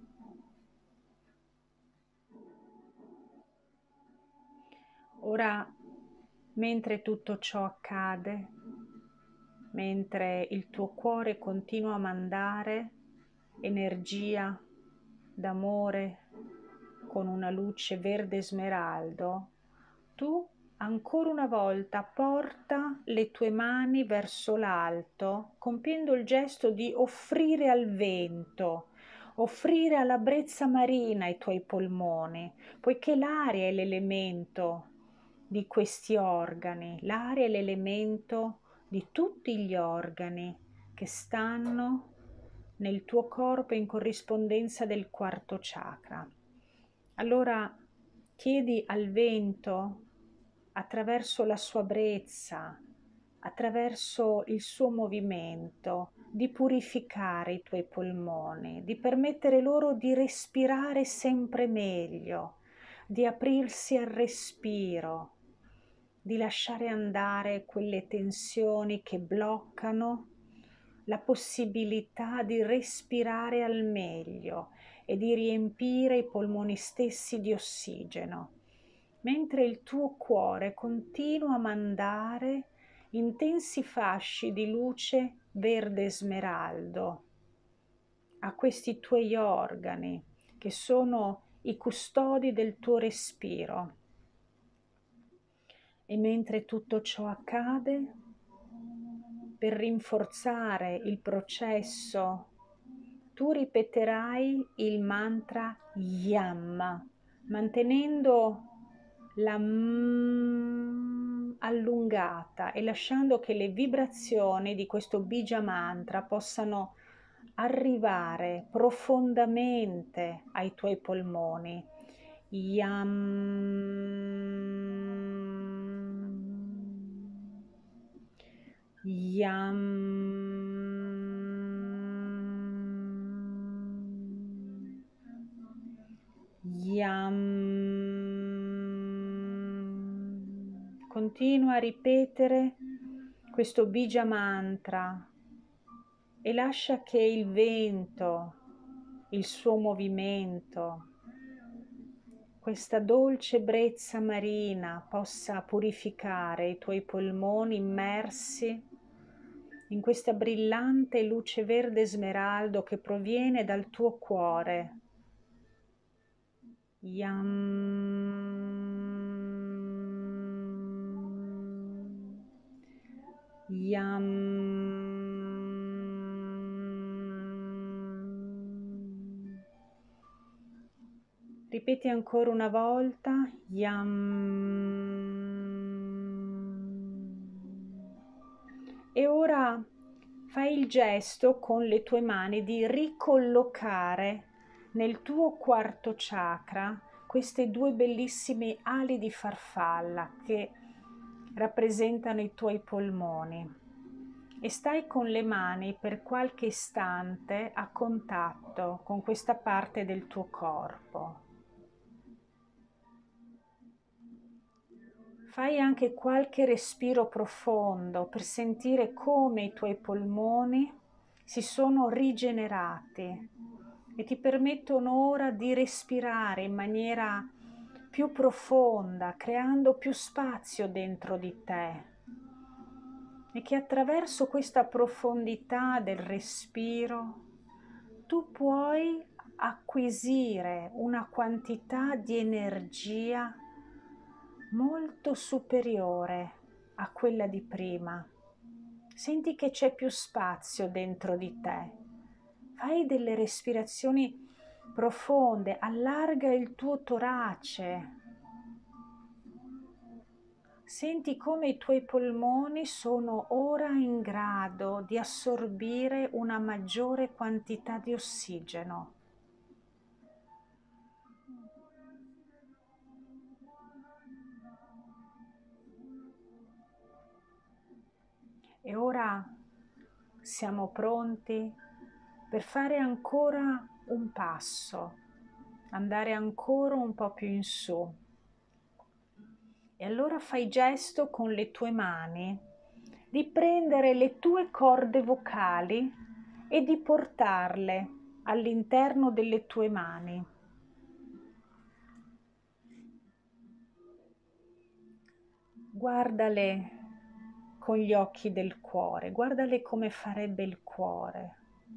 Ora, mentre tutto ciò accade, mentre il tuo cuore continua a mandare energia d'amore con una luce verde smeraldo, tu ancora una volta porta le tue mani verso l'alto, compiendo il gesto di offrire al vento, offrire alla brezza marina i tuoi polmoni, poiché l'aria è l'elemento di questi organi, l'aria è l'elemento di tutti gli organi che stanno nel tuo corpo in corrispondenza del quarto chakra. Allora chiedi al vento, attraverso la sua brezza, attraverso il suo movimento, di purificare i tuoi polmoni, di permettere loro di respirare sempre meglio, di aprirsi al respiro, di lasciare andare quelle tensioni che bloccano la possibilità di respirare al meglio e di riempire i polmoni stessi di ossigeno, mentre il tuo cuore continua a mandare intensi fasci di luce verde smeraldo a questi tuoi organi che sono i custodi del tuo respiro. E mentre tutto ciò accade, per rinforzare il processo, tu ripeterai il mantra Yam, mantenendo la allungata e lasciando che le vibrazioni di questo Bija mantra possano arrivare profondamente ai tuoi polmoni. Yam, Yam, Yam. Continua a ripetere questo Bija mantra e lascia che il vento, il suo movimento, questa dolce brezza marina possa purificare i tuoi polmoni immersi in questa brillante luce verde smeraldo che proviene dal tuo cuore. Yam, Yam. Ripeti ancora una volta, Yam. E ora fai il gesto con le tue mani di ricollocare nel tuo quarto chakra queste due bellissime ali di farfalla che rappresentano i tuoi polmoni e stai con le mani per qualche istante a contatto con questa parte del tuo corpo. Fai anche qualche respiro profondo per sentire come i tuoi polmoni si sono rigenerati e ti permettono ora di respirare in maniera più profonda, creando più spazio dentro di te e che attraverso questa profondità del respiro tu puoi acquisire una quantità di energia molto superiore a quella di prima. Senti che c'è più spazio dentro di te. Fai delle respirazioni profonde, allarga il tuo torace. Senti come i tuoi polmoni sono ora in grado di assorbire una maggiore quantità di ossigeno. E ora siamo pronti per fare ancora un passo, andare ancora un po' più in su. E allora fai gesto con le tue mani di prendere le tue corde vocali e di portarle all'interno delle tue mani. Guardale con gli occhi del cuore, guardale come farebbe il cuore.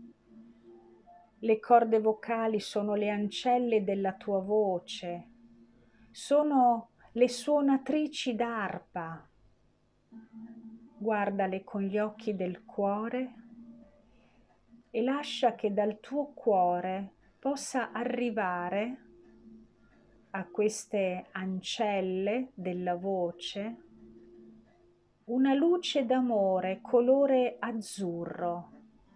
Le corde vocali sono le ancelle della tua voce, sono le suonatrici d'arpa. Guardale con gli occhi del cuore e lascia che dal tuo cuore possa arrivare a queste ancelle della voce una luce d'amore colore azzurro.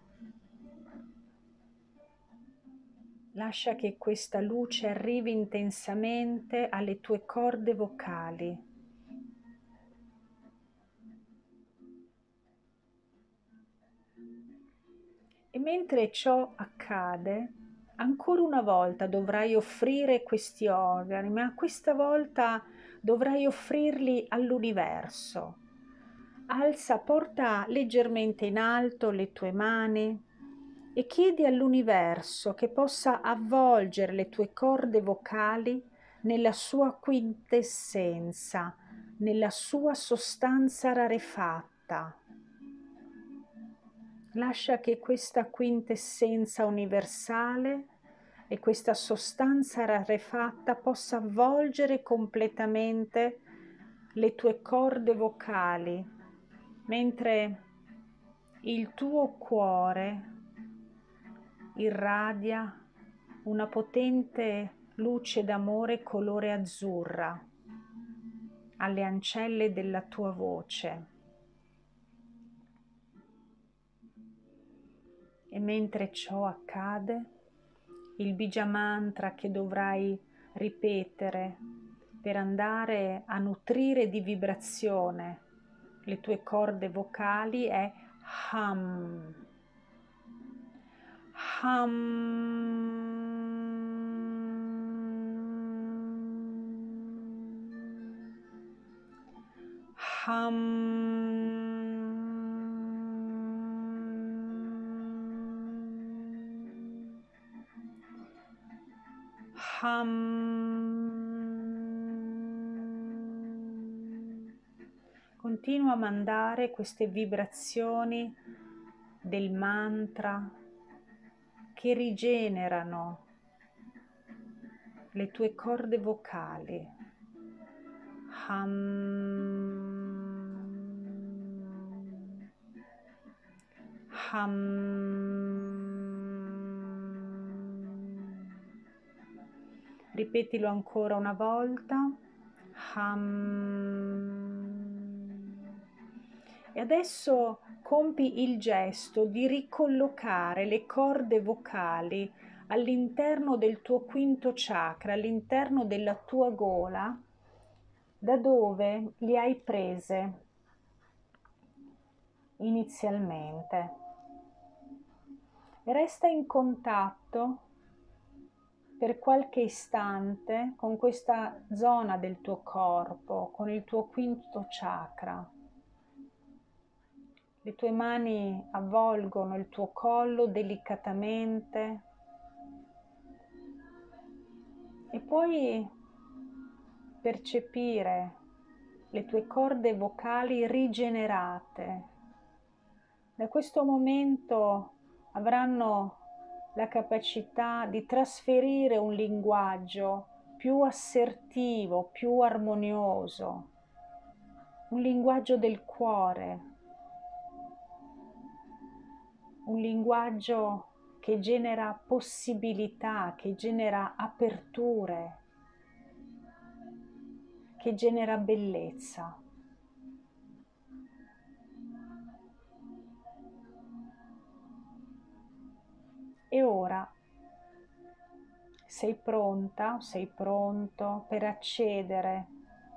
Lascia che questa luce arrivi intensamente alle tue corde vocali. E mentre ciò accade, ancora una volta dovrai offrire questi organi, ma questa volta dovrai offrirli all'universo. Alza, porta leggermente in alto le tue mani e chiedi all'universo che possa avvolgere le tue corde vocali nella sua quintessenza, nella sua sostanza rarefatta. Lascia che questa quintessenza universale e questa sostanza rarefatta possa avvolgere completamente le tue corde vocali, mentre il tuo cuore irradia una potente luce d'amore colore azzurra alle ancelle della tua voce. E mentre ciò accade, il Bija Mantra che dovrai ripetere per andare a nutrire di vibrazione le tue corde vocali è Ham. Continua a mandare queste vibrazioni del mantra che rigenerano le tue corde vocali. Ripetilo ancora una volta. E adesso compi il gesto di ricollocare le corde vocali all'interno del tuo quinto chakra, all'interno della tua gola, da dove li hai prese inizialmente. Resta in contatto per qualche istante con questa zona del tuo corpo, con il tuo quinto chakra. Le tue mani avvolgono il tuo collo delicatamente e puoi percepire le tue corde vocali rigenerate. Da questo momento avranno la capacità di trasferire un linguaggio più assertivo, più armonioso, un linguaggio del cuore, un linguaggio che genera possibilità, che genera aperture, che genera bellezza. E ora sei pronta, sei pronto per accedere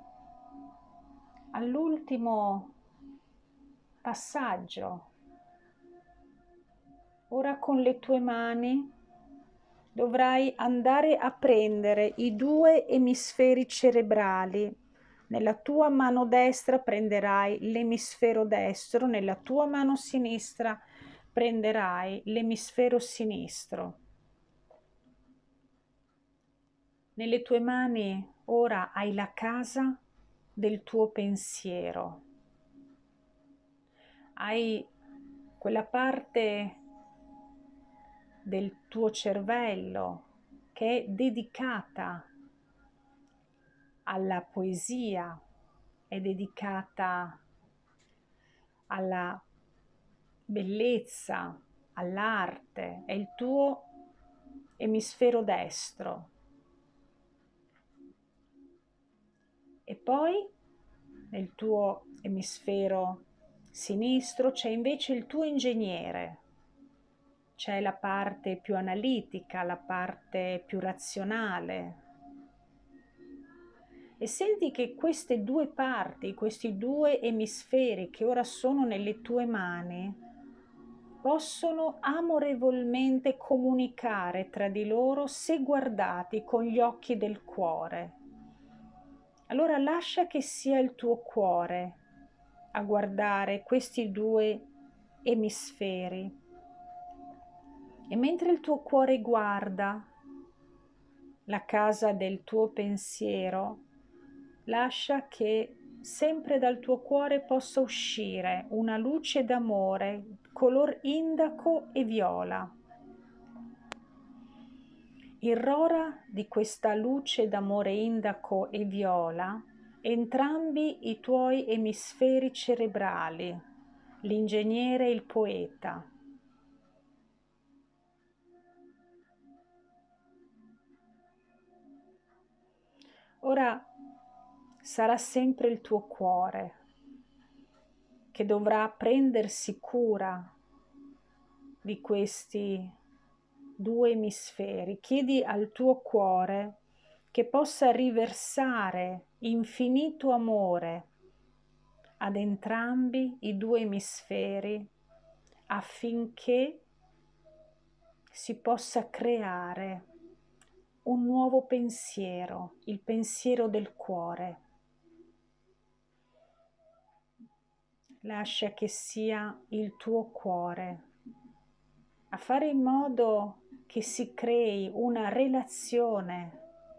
all'ultimo passaggio. Ora con le tue mani dovrai andare a prendere i due emisferi cerebrali. Nella tua mano destra prenderai l'emisfero destro, nella tua mano sinistra prenderai l'emisfero sinistro. Nelle tue mani ora hai la casa del tuo pensiero. Hai quella parte del tuo cervello che è dedicata alla poesia, è dedicata alla bellezza, all'arte, è il tuo emisfero destro. E poi nel tuo emisfero sinistro c'è invece il tuo ingegnere. C'è la parte più analitica, la parte più razionale. E senti che queste due parti, questi due emisferi che ora sono nelle tue mani, possono amorevolmente comunicare tra di loro se guardati con gli occhi del cuore. Allora lascia che sia il tuo cuore a guardare questi due emisferi. E mentre il tuo cuore guarda la casa del tuo pensiero, lascia che sempre dal tuo cuore possa uscire una luce d'amore color indaco e viola. Irrora di questa luce d'amore indaco e viola entrambi i tuoi emisferi cerebrali l'ingegnere e il poeta. Ora sarà sempre il tuo cuore che dovrà prendersi cura di questi due emisferi. Chiedi al tuo cuore che possa riversare infinito amore ad entrambi i due emisferi affinché si possa creare un nuovo pensiero, il pensiero del cuore. Lascia che sia il tuo cuore a fare in modo che si crei una relazione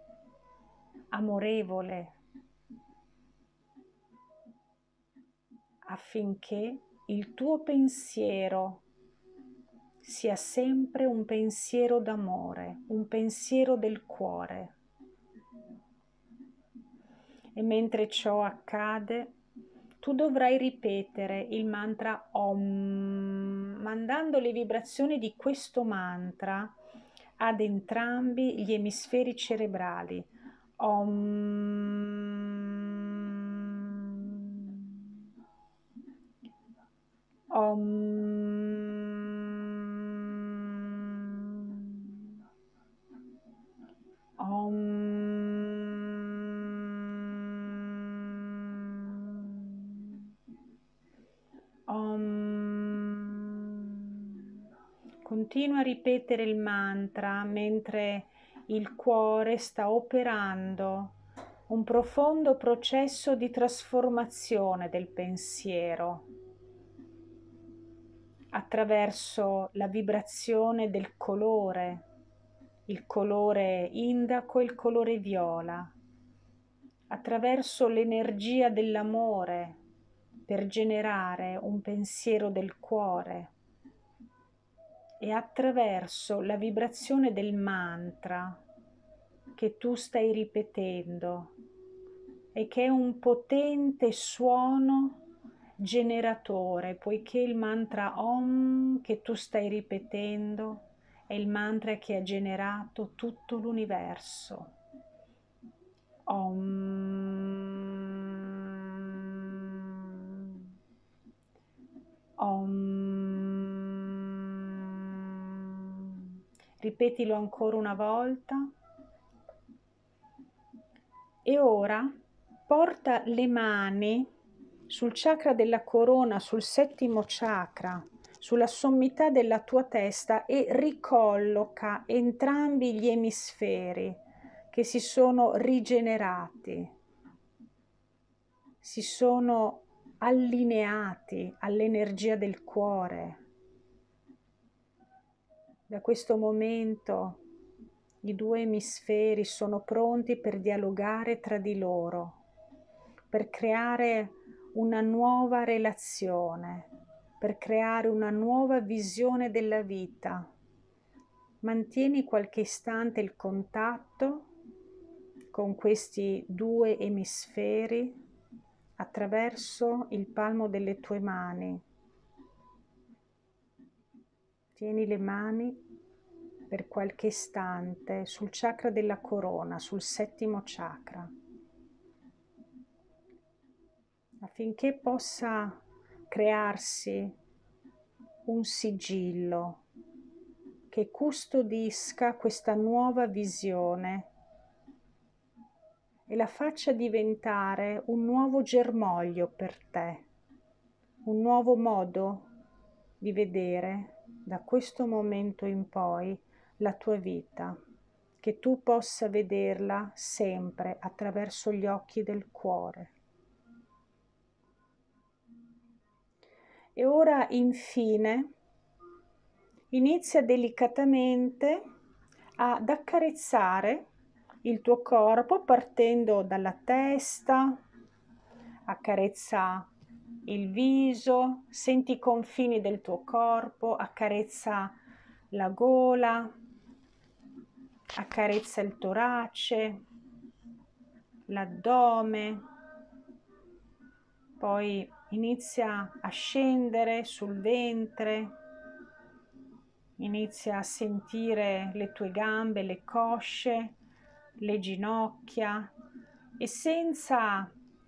amorevole affinché il tuo pensiero sia sempre un pensiero d'amore, un pensiero del cuore. E mentre ciò accade, tu dovrai ripetere il mantra Om, mandando le vibrazioni di questo mantra ad entrambi gli emisferi cerebrali. Om. Om. Om. Om. Continua a ripetere il mantra mentre il cuore sta operando un profondo processo di trasformazione del pensiero attraverso la vibrazione del colore, il colore indaco e il colore viola, attraverso l'energia dell'amore per generare un pensiero del cuore e attraverso la vibrazione del mantra che tu stai ripetendo e che è un potente suono generatore, poiché il mantra Om che tu stai ripetendo è il mantra che ha generato tutto l'universo. Om. Om. Ripetilo ancora una volta. E ora porta le mani sul chakra della corona, sul settimo chakra, sulla sommità della tua testa e ricolloca entrambi gli emisferi che si sono rigenerati, si sono allineati all'energia del cuore. Da questo momento i due emisferi sono pronti per dialogare tra di loro, per creare una nuova relazione, per creare una nuova visione della vita. Mantieni qualche istante il contatto con questi due emisferi attraverso il palmo delle tue mani. Tieni le mani per qualche istante sul chakra della corona, sul settimo chakra, affinché possa crearsi un sigillo che custodisca questa nuova visione e la faccia diventare un nuovo germoglio per te, un nuovo modo di vedere da questo momento in poi la tua vita, che tu possa vederla sempre attraverso gli occhi del cuore. E ora infine inizia delicatamente ad accarezzare il tuo corpo partendo dalla testa, accarezza il viso, senti i confini del tuo corpo, accarezza la gola, accarezza il torace, l'addome, poi inizia a scendere sul ventre, inizia a sentire le tue gambe, le cosce, le ginocchia e senza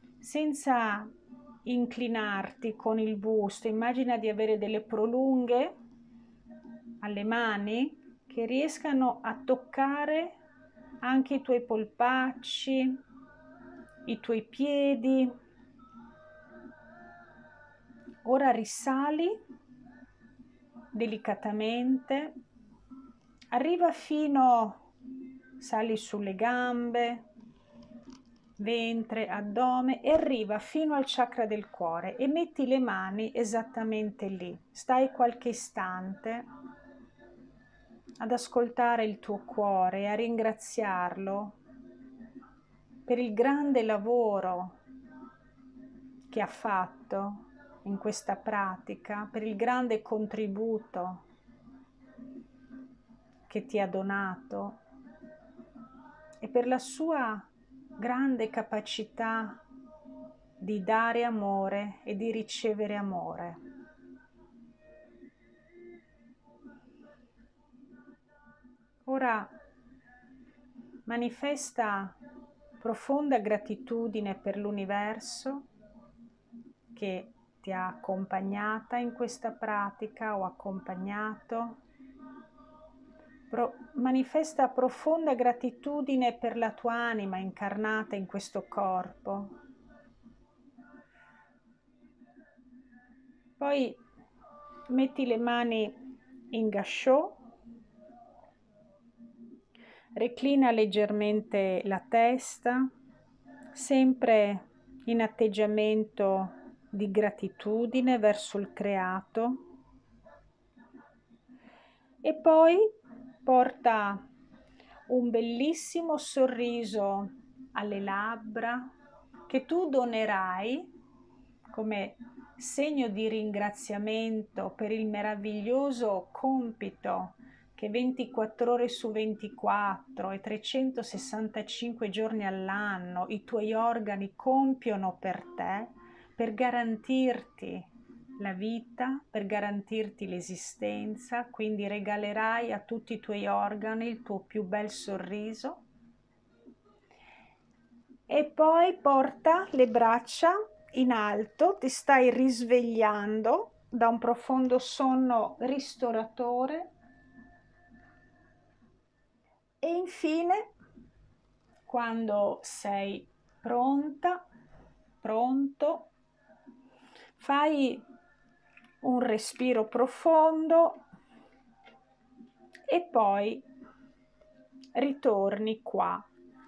inclinarti con il busto, immagina di avere delle prolunghe alle mani che riescano a toccare anche i tuoi polpacci, i tuoi piedi. Ora risali delicatamente, arriva sali sulle gambe, ventre, addome e arriva fino al chakra del cuore e metti le mani esattamente lì. Stai qualche istante ad ascoltare il tuo cuore e a ringraziarlo per il grande lavoro che ha fatto in questa pratica, per il grande contributo che ti ha donato e per la sua grande capacità di dare amore e di ricevere amore. Ora manifesta profonda gratitudine per l'universo che ti ha accompagnata in questa pratica o accompagnato. Manifesta profonda gratitudine per la tua anima incarnata in questo corpo. Poi metti le mani in gâchot, reclina leggermente la testa, sempre in atteggiamento di gratitudine verso il creato, e poi porta un bellissimo sorriso alle labbra che tu donerai come segno di ringraziamento per il meraviglioso compito che 24 ore su 24 e 365 giorni all'anno i tuoi organi compiono per te, per garantirti la vita, per garantirti l'esistenza. Quindi regalerai a tutti i tuoi organi il tuo più bel sorriso. E poi porta le braccia in alto, ti stai risvegliando da un profondo sonno ristoratore. E infine, quando sei pronta, pronto, fai un respiro profondo e poi ritorni qua.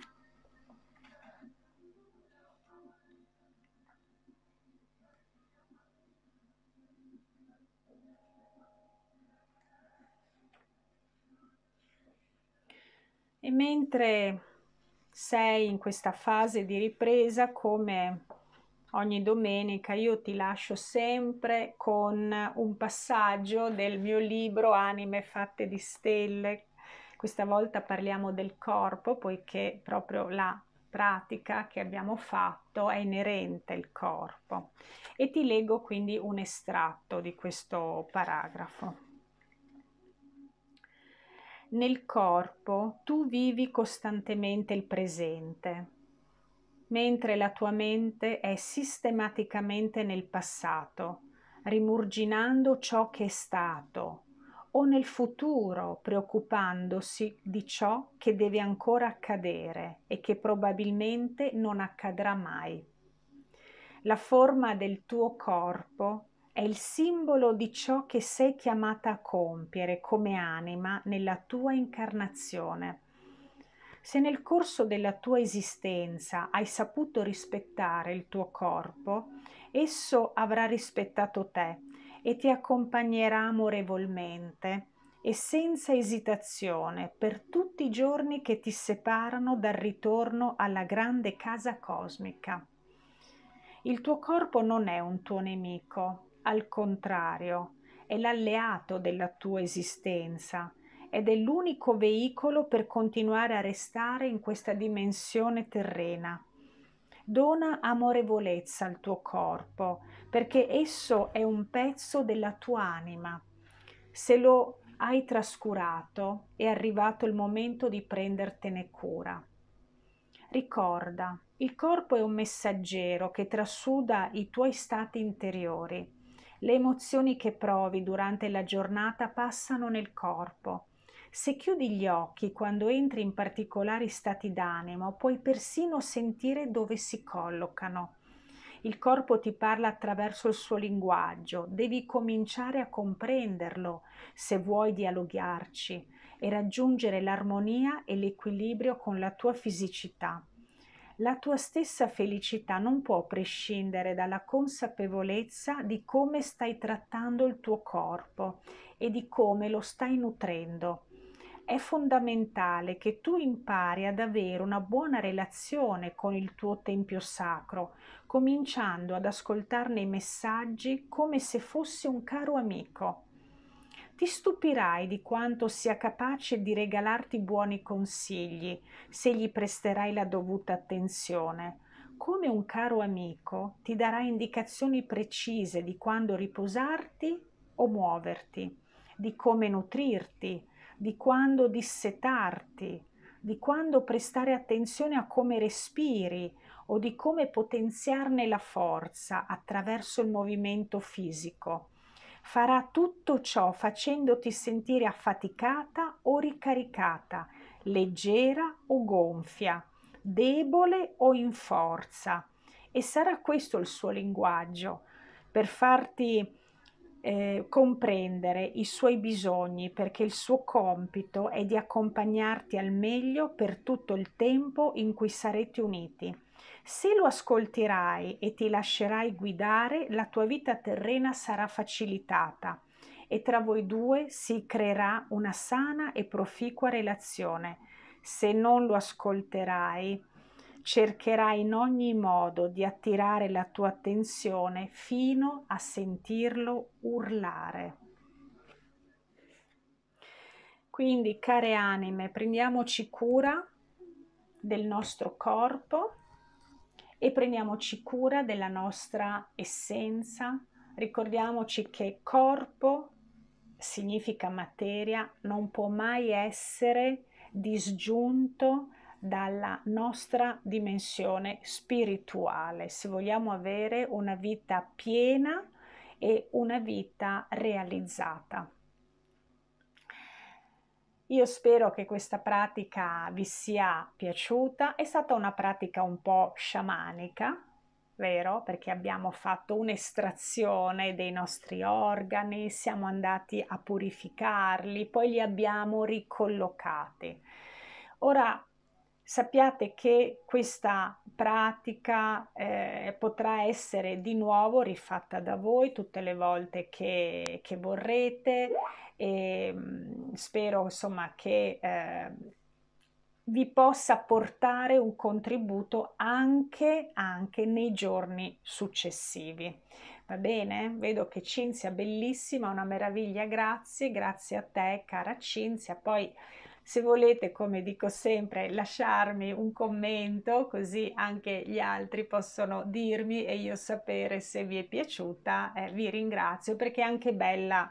E mentre sei in questa fase di ripresa, come ogni domenica, io ti lascio sempre con un passaggio del mio libro Anime fatte di stelle. Questa volta parliamo del corpo, poiché proprio la pratica che abbiamo fatto è inerente al corpo. E ti leggo quindi un estratto di questo paragrafo. Nel corpo tu vivi costantemente il presente, mentre la tua mente è sistematicamente nel passato, rimurginando ciò che è stato, o nel futuro, preoccupandosi di ciò che deve ancora accadere e che probabilmente non accadrà mai. La forma del tuo corpo è il simbolo di ciò che sei chiamata a compiere come anima nella tua incarnazione. Se nel corso della tua esistenza hai saputo rispettare il tuo corpo, esso avrà rispettato te e ti accompagnerà amorevolmente e senza esitazione per tutti i giorni che ti separano dal ritorno alla grande casa cosmica. Il tuo corpo non è un tuo nemico, al contrario, è l'alleato della tua esistenza ed è l'unico veicolo per continuare a restare in questa dimensione terrena. Dona amorevolezza al tuo corpo, perché esso è un pezzo della tua anima. Se lo hai trascurato, è arrivato il momento di prendertene cura. Ricorda, il corpo è un messaggero che trasuda i tuoi stati interiori. Le emozioni che provi durante la giornata passano nel corpo. Se chiudi gli occhi quando entri in particolari stati d'animo, puoi persino sentire dove si collocano. Il corpo ti parla attraverso il suo linguaggio, devi cominciare a comprenderlo se vuoi dialogharci e raggiungere l'armonia e l'equilibrio con la tua fisicità. La tua stessa felicità non può prescindere dalla consapevolezza di come stai trattando il tuo corpo e di come lo stai nutrendo. È fondamentale che tu impari ad avere una buona relazione con il tuo tempio sacro, cominciando ad ascoltarne i messaggi come se fosse un caro amico. Ti stupirai di quanto sia capace di regalarti buoni consigli se gli presterai la dovuta attenzione. Come un caro amico ti darà indicazioni precise di quando riposarti o muoverti, di come nutrirti, di quando dissetarti, di quando prestare attenzione a come respiri o di come potenziarne la forza attraverso il movimento fisico. Farà tutto ciò facendoti sentire affaticata o ricaricata, leggera o gonfia, debole o in forza. E sarà questo il suo linguaggio, per farti comprendere i suoi bisogni, perché il suo compito è di accompagnarti al meglio per tutto il tempo in cui sarete uniti. Se lo ascolterai e ti lascerai guidare, la tua vita terrena sarà facilitata e tra voi due si creerà una sana e proficua relazione. Se non lo ascolterai, cercherai in ogni modo di attirare la tua attenzione fino a sentirlo urlare. Quindi, care anime, prendiamoci cura del nostro corpo e prendiamoci cura della nostra essenza. Ricordiamoci che corpo significa materia, non può mai essere disgiunto dalla nostra dimensione spirituale, se vogliamo avere una vita piena e una vita realizzata. Io spero che questa pratica vi sia piaciuta. È stata una pratica un po' sciamanica, vero? Perché abbiamo fatto un'estrazione dei nostri organi, siamo andati a purificarli, poi li abbiamo ricollocati. Ora sappiate che questa pratica potrà essere di nuovo rifatta da voi tutte le volte che vorrete e spero insomma che vi possa portare un contributo anche nei giorni successivi. Va bene? Vedo che Cinzia, bellissima, una meraviglia, grazie, grazie a te cara Cinzia. Poi se volete, come dico sempre, lasciarmi un commento così anche gli altri possono dirmi e io sapere se vi è piaciuta, vi ringrazio perché è anche bella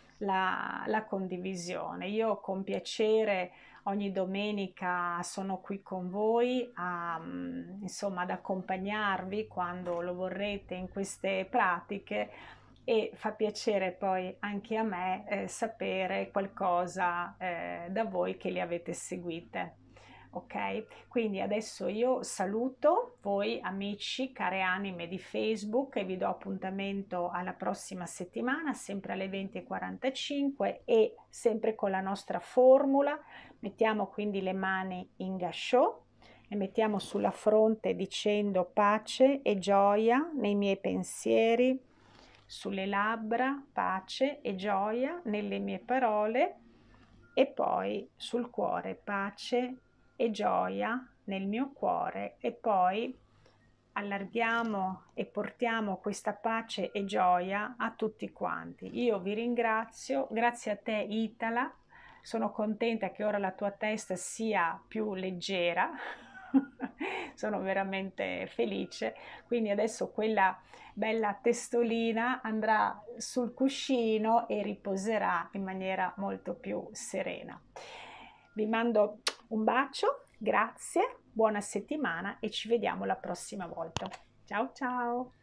la condivisione. Io con piacere ogni domenica sono qui con voi insomma, ad accompagnarvi quando lo vorrete in queste pratiche e fa piacere poi anche a me sapere qualcosa da voi che le avete seguite. Ok, quindi adesso io saluto voi amici, care anime di Facebook e vi do appuntamento alla prossima settimana, sempre alle 20:45 e sempre con la nostra formula. Mettiamo quindi le mani in gâchot e mettiamo sulla fronte dicendo pace e gioia nei miei pensieri, sulle labbra pace e gioia nelle mie parole e poi sul cuore pace e gioia nel mio cuore e poi allarghiamo e portiamo questa pace e gioia a tutti quanti. Io vi ringrazio, grazie a te Itala, sono contenta che ora la tua testa sia più leggera sono veramente felice. Quindi adesso quella bella testolina andrà sul cuscino e riposerà in maniera molto più serena. Vi mando un bacio, grazie, buona settimana e ci vediamo la prossima volta. Ciao ciao!